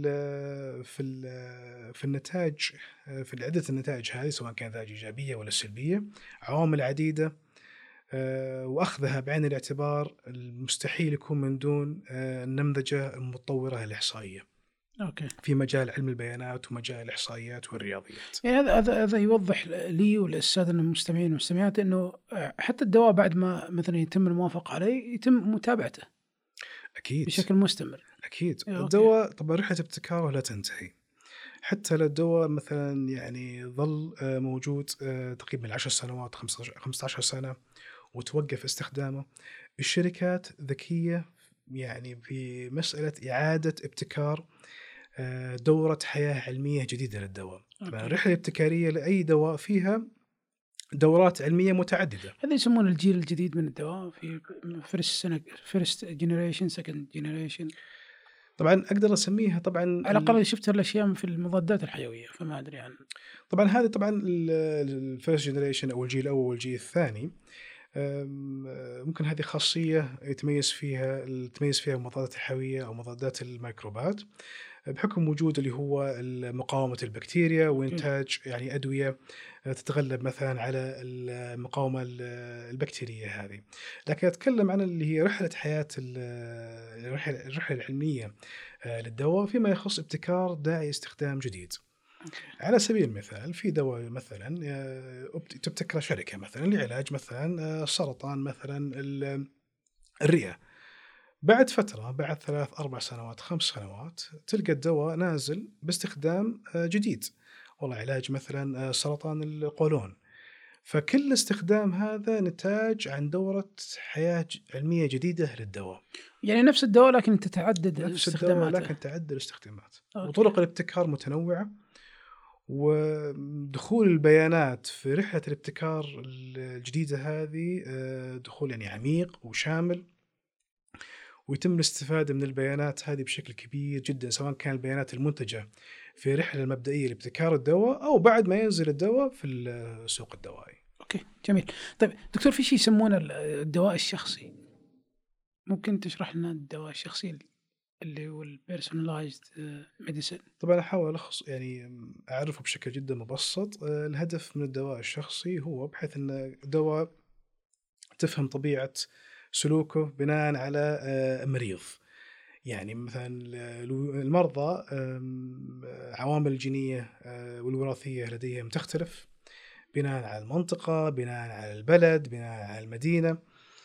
B: في النتائج، في عدة النتائج هذه سواء كانت نتائج إيجابية ولا سلبية، عوامل عديدة وأخذها بعين الاعتبار المستحيل يكون من دون النمذجة المتطورة الإحصائية
A: أوكي.
B: في مجال علم البيانات ومجال الإحصائيات والرياضيات.
A: يعني هذا يوضح لي وللسادة المستمعين والمستمعات إنه حتى الدواء بعد ما مثلا يتم الموافقة عليه يتم متابعته
B: أكيد
A: بشكل مستمر.
B: أكيد.
A: أوكي.
B: الدواء طبعا رحلة ابتكاره لا تنتهي، حتى لو الدواء مثلا يعني ظل موجود تقريبا 10 سنوات 15 سنة وتوقف استخدامه، الشركات ذكية يعني بمسألة إعادة ابتكار دورة حياة علمية جديدة للدواء. الرحلة الابتكارية لأي دواء فيها دورات علمية متعددة.
A: هذا يسمونه الجيل الجديد من الدواء في first generation second generation.
B: طبعا أقدر أسميها طبعا
A: على الأقل شفت الأشياء في المضادات الحيوية فما أدري عن.
B: طبعا هذه طبعا الفيرست جنريشن أو الجيل الأول والجيل الثاني. ممكن هذه خاصية تميز فيها المضادات الحيوية أو مضادات الميكروبات بحكم وجود اللي هو مقاومة البكتيريا وإنتاج يعني أدوية تتغلب مثلا على المقاومة البكتيرية هذه. لكن أتكلم عن اللي هي رحلة حياة الرحلة العلمية للدواء فيما يخص ابتكار داعي استخدام جديد. على سبيل المثال في دواء مثلا تبتكر شركة مثلا لعلاج مثلا سرطان مثلا الرئة، بعد فترة بعد 3-4 سنوات 5 سنوات تلقى الدواء نازل باستخدام جديد، والله علاج مثلا سرطان القولون. فكل استخدام هذا نتاج عن دورة حياة علمية جديدة للدواء.
A: يعني نفس الدواء لكن تتعدد
B: استخداماته، لكن تعدد الاستخدامات وطرق الابتكار متنوعة، ودخول البيانات في رحلة الابتكار الجديدة هذه دخول يعني عميق وشامل، ويتم الاستفادة من البيانات هذه بشكل كبير جدا سواء كان البيانات المنتجة في رحلة المبدئية لابتكار الدواء أو بعد ما ينزل الدواء في السوق الدوائي.
A: أوكي جميل. طيب دكتور في شيء يسمونه الدواء الشخصي، ممكن تشرح لنا الدواء الشخصي اللي هو البيرسونلايزد ميديسين؟
B: طبعا أحاول ألخص يعني أعرفه بشكل جدا مبسط. الهدف من الدواء الشخصي هو بحيث أن الدواء تفهم طبيعة سلوكه بناء على مريض. يعني مثلا المرضى عوامل الجينية والوراثية لديهم تختلف بناء على المنطقة، بناء على البلد، بناء على المدينة.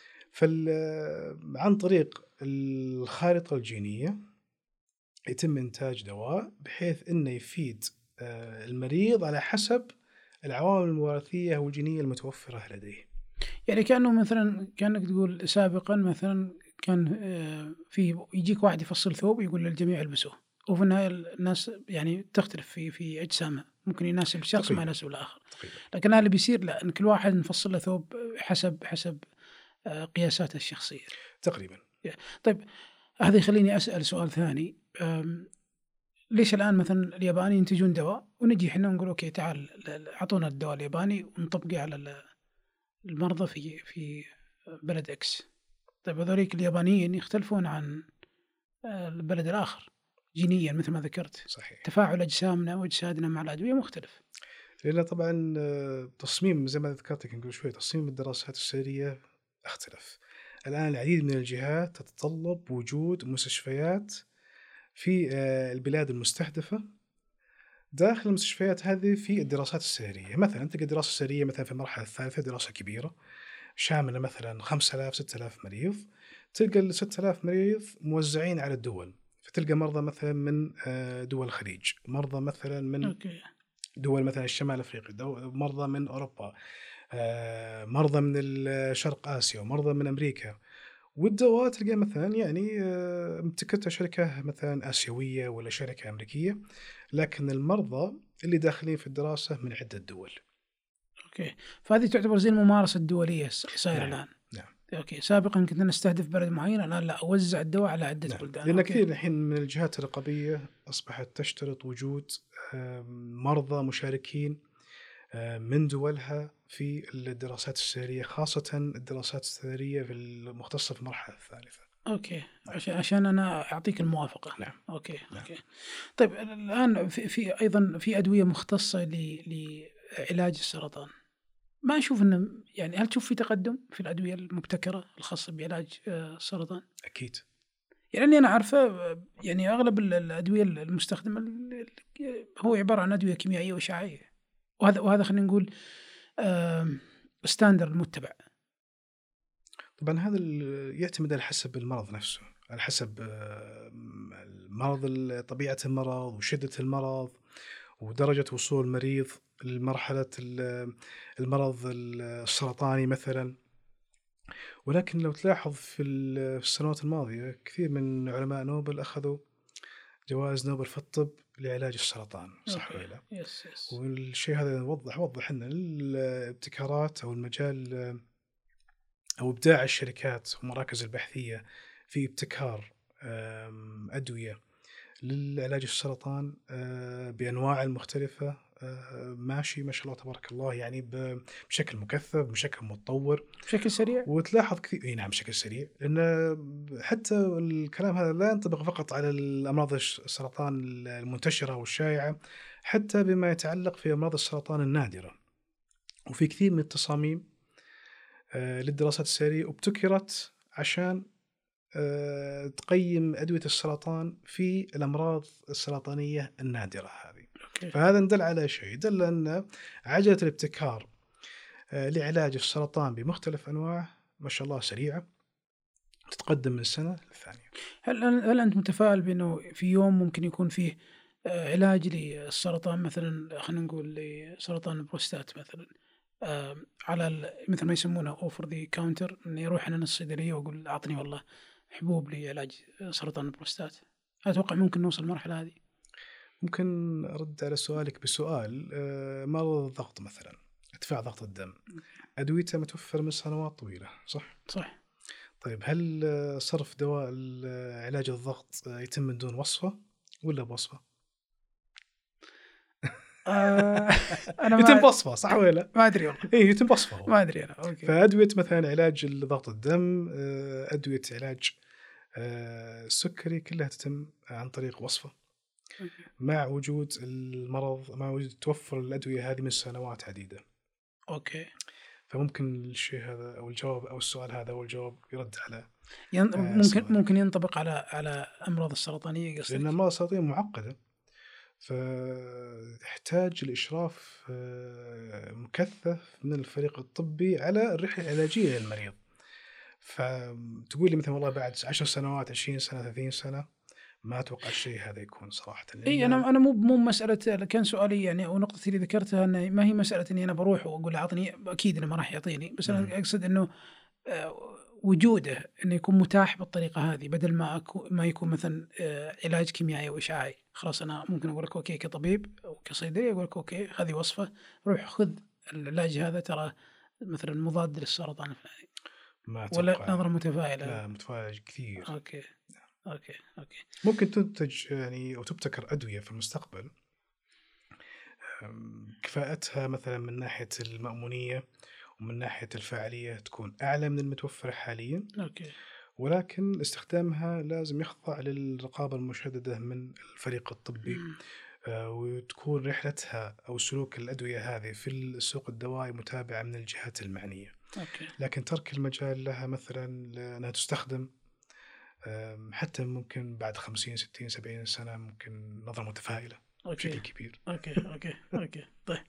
B: عن طريق الخارطة الجينية يتم إنتاج دواء بحيث إنه يفيد المريض على حسب العوامل الوراثية والجينية المتوفرة لديه.
A: يعني كأنه مثلا كأنك تقول سابقا مثلا كان في يجيك واحد يفصل ثوب يقول للجميع البسوه، وفي النهاية الناس يعني تختلف في أجسامها، ممكن يناسب شخص ما يناسب الآخر. لكن اللي بيصير لا، إن كل واحد نفصل له ثوب حسب قياساته الشخصية
B: تقريبا.
A: طيب هذا يخليني أسأل سؤال ثاني. ليش الآن مثلا الياباني ينتجون دواء ونجي احنا نقول أوكي تعال أعطونا الدواء الياباني ونطبقه على المرضى في بلد إكس؟ طيب هذوليك اليابانيين يختلفون عن البلد الآخر جينيا مثل ما ذكرت.
B: صحيح.
A: تفاعل أجسامنا وأجسادنا مع الأدوية مختلف.
B: لأن طبعا تصميم زي ما ذكرت قبل شوي، تصميم الدراسات السرية اختلف. الآن العديد من الجهات تتطلب وجود مستشفيات في البلاد المستهدفة. داخل المستشفيات هذه في الدراسات السريرية، مثلا تلقى دراسة سريرية مثلا في المرحلة الثالثة دراسة كبيرة شاملة مثلا 5000 6000 مريض. تلقى ال 6000 مريض موزعين على الدول، فتلقى مرضى مثلا من دول الخليج، مرضى مثلا من دول مثلا الشمال أفريقيا، مرضى من أوروبا، مرضى من شرق آسيا، ومرضى من أمريكا. والدواء تلقى مثلا يعني ابتكرتها شركة مثلا آسيوية ولا شركة أمريكية، لكن المرضى اللي داخلين في الدراسة من عدة دول.
A: أوكي، فهذه تعتبر زي الممارسة الدولية صايرة
B: نعم.
A: الآن.
B: نعم.
A: أوكي، سابقا كنا نستهدف بلد معين، الآن لا، أوزع الدواء على عدة بلدان.
B: لأن كثير الحين من الجهات الرقابية أصبحت تشترط وجود مرضى مشاركين من دولها في الدراسات السريرية، خاصة الدراسات السريرية في المختصة في المرحلة الثالثة.
A: أوكي. عشان أنا أعطيك الموافقة.
B: نعم.
A: أوكي.
B: نعم.
A: أوكي. طيب الآن في أيضا في أدوية مختصة لعلاج السرطان. ما أشوف إنه يعني، هل تشوف في تقدم في الأدوية المبتكرة الخاصة بعلاج السرطان؟
B: أكيد.
A: يعني أنا عارفة يعني أغلب الأدوية المستخدمة هو عبارة عن أدوية كيميائية وإشعاعية، وهذا خلينا نقول ستاندرد متبع.
B: طبعا هذا يعتمد على حسب المرض نفسه، على حسب المرض، طبيعة المرض وشدة المرض ودرجة وصول المريض لمرحلة المرض السرطاني مثلا. ولكن لو تلاحظ في السنوات الماضية كثير من علماء نوبل أخذوا جوائز نوبل في الطب لعلاج السرطان، صح ولا لا؟
A: يس.
B: والشيء هذا وضح أن الابتكارات أو المجال أو إبداع الشركات والمراكز البحثية في ابتكار أدوية للعلاج السرطان بأنواع المختلفة ماشي ما شاء الله تبارك الله، يعني بشكل مكثف، بشكل متطور،
A: بشكل سريع.
B: وتلاحظ كثير نعم بشكل سريع، لأن حتى الكلام هذا لا ينطبق فقط على الأمراض السرطان المنتشرة والشائعة، حتى بما يتعلق في أمراض السرطان النادرة. وفي كثير من التصاميم للدراسات السريرية وابتكرت عشان تقيم أدوية السرطان في الأمراض السرطانية النادرة هذه. فهذا ندل على شيء، دل أن عجلة الابتكار لعلاج السرطان بمختلف أنواعه ما شاء الله سريعة، تتقدم من سنة للثانية.
A: هل أنت متفائل بأنه في يوم ممكن يكون فيه علاج للسرطان، مثلا خلينا نقول لسرطان البروستات مثلا، على مثل ما يسمونه اوفر ذا كاونتر، اني اروح انا الصيدليه واقول اعطني والله حبوب لعلاج سرطان البروستات؟ اتوقع ممكن نوصل المرحله هذه.
B: ممكن ارد على سؤالك بسؤال. مرض الضغط مثلا، ارتفاع ضغط الدم، ادويته متوفره من سنوات طويله، صح. طيب هل صرف دواء علاج الضغط يتم من دون وصفه ولا بوصفه؟
A: أنا
B: يتم بوصفه صح ولا
A: ما أدري والله.
B: إيه يتم بوصفه
A: ما أدري أنا. أوكي.
B: فأدوية مثلا علاج ضغط الدم، أدوية علاج السكري كلها تتم عن طريق وصفة. مع وجود المرض، مع وجود توفر الأدوية هذه من سنوات عديدة.
A: أوكي.
B: فممكن الشيء هذا أو الجواب أو السؤال هذا أو الجواب يرد على
A: ممكن ينطبق على أمراض السرطانية
B: لأن
A: قصدك؟
B: الأمراض السرطانية معقدة، فتحتاج لإشراف مكثف من الفريق الطبي على الرحلة العلاجية للمريض. فتقول لي مثلا والله بعد 10 سنوات 20 سنة 30 سنة، ما أتوقع الشيء هذا يكون صراحة،
A: اي،
B: لأن
A: انا مو مساله. كان سؤالي يعني، او نقطتي اللي ذكرتها، انه ما هي مساله اني انا بروح واقول له اعطني، اكيد انه ما راح يعطيني، بس انا اقصد انه وجوده انه يكون متاح بالطريقه هذه، بدل ما يكون مثلا علاج كيميائي او اشعاعي. خلاص انا ممكن اقول لك اوكي كطبيب او كصيدلي، اقول لك اوكي هذه وصفه، روح خذ العلاج هذا، ترى مثلا مضاد للسرطان الفلاني.
B: ما
A: ولا
B: أتوقع.
A: نظره متفائله؟
B: لا، متفائل كثير.
A: اوكي اوكي.
B: ممكن تنتج يعني أو تبتكر أدوية في المستقبل كفاءتها مثلا من ناحية المأمونية ومن ناحية الفاعلية تكون أعلى من المتوفرة حاليا،
A: اوكي.
B: ولكن استخدامها لازم يخضع للرقابة المشددة من الفريق الطبي. وتكون رحلتها أو سلوك الأدوية هذه في السوق الدوائي متابعة من الجهات المعنية.
A: اوكي.
B: لكن ترك المجال لها مثلا أنها تستخدم حتى ممكن بعد 50 60 70 سنة ممكن نظرة متفائلة
A: اوكي.
B: بشكل كبير.
A: اوكي. طيب،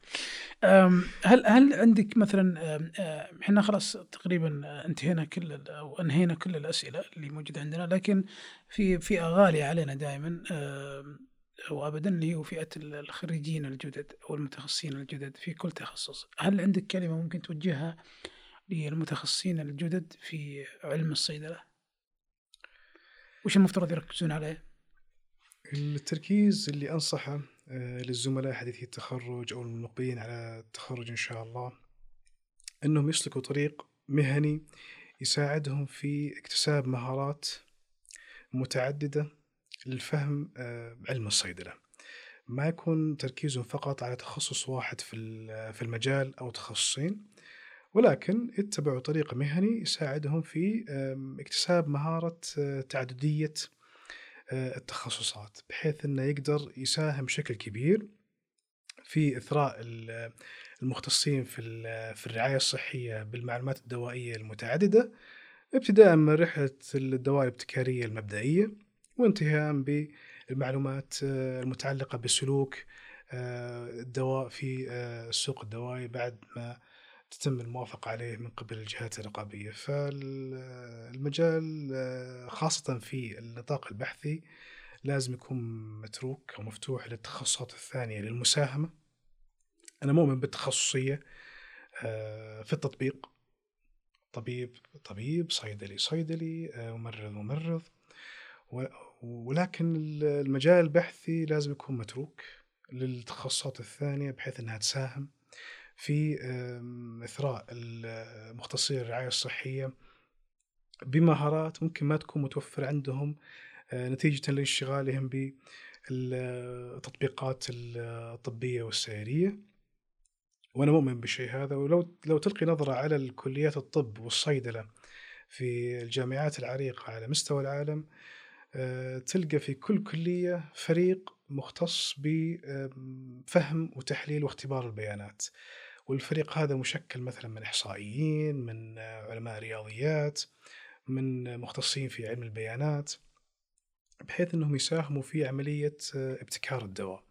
A: هل عندك مثلا، احنا خلاص تقريبا انتهينا او انهينا كل الاسئله اللي موجوده عندنا، لكن في فئه غاليه علينا دائما او ابدا، اللي هو فئه الخريجين الجدد او المتخصصين الجدد في كل تخصص. هل عندك كلمه ممكن توجهها للمتخصصين الجدد في علم الصيدله؟ وش المفترض يركزون عليه؟
B: التركيز اللي أنصحه للزملاء حديثي التخرج أو المقبلين على التخرج إن شاء الله، أنهم يسلكوا طريق مهني يساعدهم في اكتساب مهارات متعددة للفهم علم الصيدلة. ما يكون تركيزهم فقط على تخصص واحد في المجال أو تخصصين، ولكن يتبعوا طريق مهني يساعدهم في اكتساب مهارة تعددية التخصصات، بحيث أنه يقدر يساهم بشكل كبير في إثراء المختصين في الرعاية الصحية بالمعلومات الدوائية المتعددة، ابتداء من رحلة الدواء الابتكارية المبدئية، وانتهاء بالمعلومات المتعلقة بسلوك الدواء في السوق الدوائي بعد ما تتم الموافقة عليه من قبل الجهات الرقابية. فالمجال خاصة في النطاق البحثي لازم يكون متروك أو مفتوح للتخصصات الثانية للمساهمة. أنا مؤمن بالتخصصية في التطبيق، طبيب، صيدلي، ممرض، ولكن المجال البحثي لازم يكون متروك للتخصصات الثانية، بحيث أنها تساهم في إثراء مختصي الرعاية الصحية بمهارات ممكن ما تكون متوفرة عندهم نتيجة لانشغالهم بالتطبيقات الطبية والسيرية. وأنا مؤمن بالشيء هذا. ولو تلقي نظرة على الكليات الطب والصيدلة في الجامعات العريقة على مستوى العالم، تلقى في كل كلية فريق مختص بفهم وتحليل واختبار البيانات، والفريق هذا مشكل مثلا من إحصائيين، من علماء رياضيات، من مختصين في علم البيانات، بحيث أنهم يساهموا في عملية ابتكار الدواء،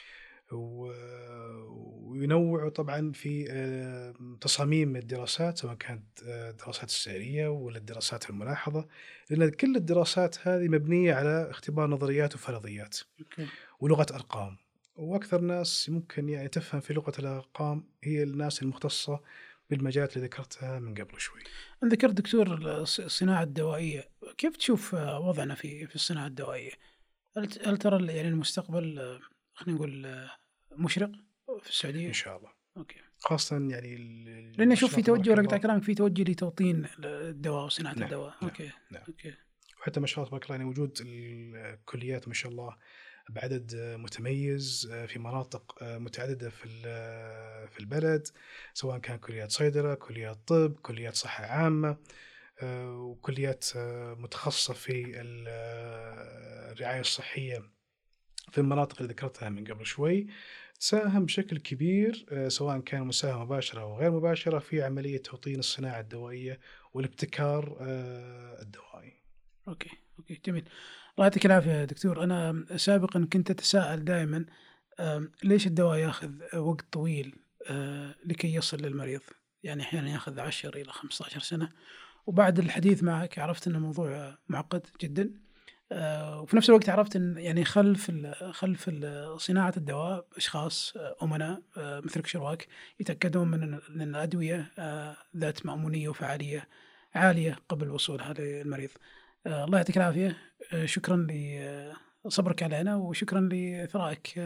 B: وينوعوا طبعا في تصاميم الدراسات، سواء كانت الدراسات السيرية ولا الدراسات الملاحظة، لأن كل الدراسات هذه مبنية على اختبار نظريات وفرضيات ولغة أرقام. وأكثر ناس ممكن يعني تفهم في لغة الأرقام هي الناس المختصة بالمجالات اللي ذكرتها من قبل شوي.
A: ذكرت دكتور الصناعة الدوائية، كيف تشوف وضعنا في الصناعة الدوائية؟ هل ترى يعني المستقبل خلينا نقول مشرق في السعودية؟
B: إن شاء الله.
A: أوكي.
B: خاصة يعني
A: لأن أشوف في توجه،
B: تبارك
A: لقطع
B: الله.
A: كلامك، في توجه لتوطين الدواء وصناعة
B: نعم،
A: الدواء.
B: نعم،
A: أوكي.
B: نعم.
A: أوكي.
B: وحتى ما شاء الله تبارك الله يعني وجود الكليات ما شاء الله بعدد متميز في مناطق متعددة في البلد، سواء كان كليات صيدلة، كليات طب، كليات صحة عامة، وكليات متخصصة في الرعاية الصحية في المناطق اللي ذكرتها من قبل شوي. ساهم بشكل كبير سواء كان مساهمة مباشرة أو غير مباشرة في عملية توطين الصناعة الدوائية والابتكار الدوائي.
A: أوكي، أوكي، جميل. الله يعطيك العافية يا دكتور. أنا سابقًا كنت أتساءل دائمًا ليش الدواء ياخذ وقت طويل لكي يصل للمريض؟ يعني أحيانًا ياخذ 10 إلى 15 سنة، وبعد الحديث معك عرفت أن الموضوع معقد جدًا. وفي نفس الوقت عرفت إن يعني خلف صناعة الدواء أشخاص أمناء مثلك شرواك يتأكدون من إن الأدوية ذات مأمونية وفعالية عالية قبل وصولها للمريض. الله يعطيك العافية. شكرًا لصبرك علينا، وشكرًا لإثرائك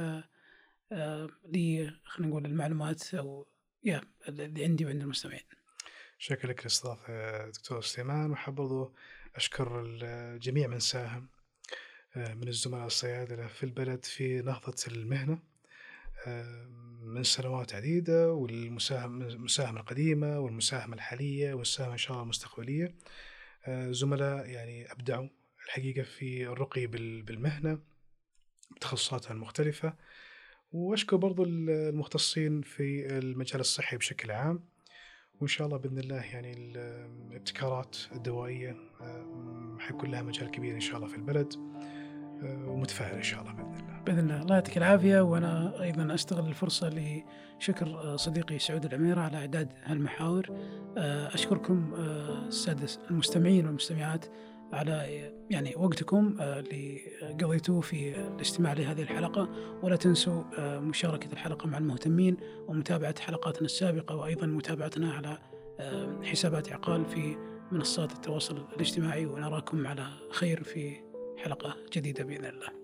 A: خلينا نقول المعلومات أو اللي عندي وعند المستمعين.
B: شكرا لك الاستضافة يا دكتور سليمان، وحاب برضو أشكر الجميع من ساهم من الزملاء الصيادلة في البلد في نهضة المهنة من سنوات عديدة، والمساهمة القديمة والمساهمة الحالية والمساهمة إن شاء الله المستقبلية. زملاء يعني أبدعوا الحقيقة في الرقي بالمهنة بتخصصاتها المختلفة، وأشكر برضو المختصين في المجال الصحي بشكل عام. وإن شاء الله بإذن الله يعني الابتكارات الدوائية حيكون لها مجال كبير إن شاء الله في البلد، ومتفائل إن شاء الله بإذن الله.
A: بإذن الله. الله يعطيك العافية. وأنا أيضا أستغل الفرصة لشكر صديقي سعود العميرة على إعداد هالمحاور. أشكركم السادة المستمعين والمستمعات على يعني وقتكم اللي قضيتوه في الاستماع لهذه الحلقة. ولا تنسوا مشاركة الحلقة مع المهتمين، ومتابعة حلقاتنا السابقة، وأيضا متابعتنا على حسابات عقال في منصات التواصل الاجتماعي. ونراكم على خير في حلقة جديدة بإذن الله.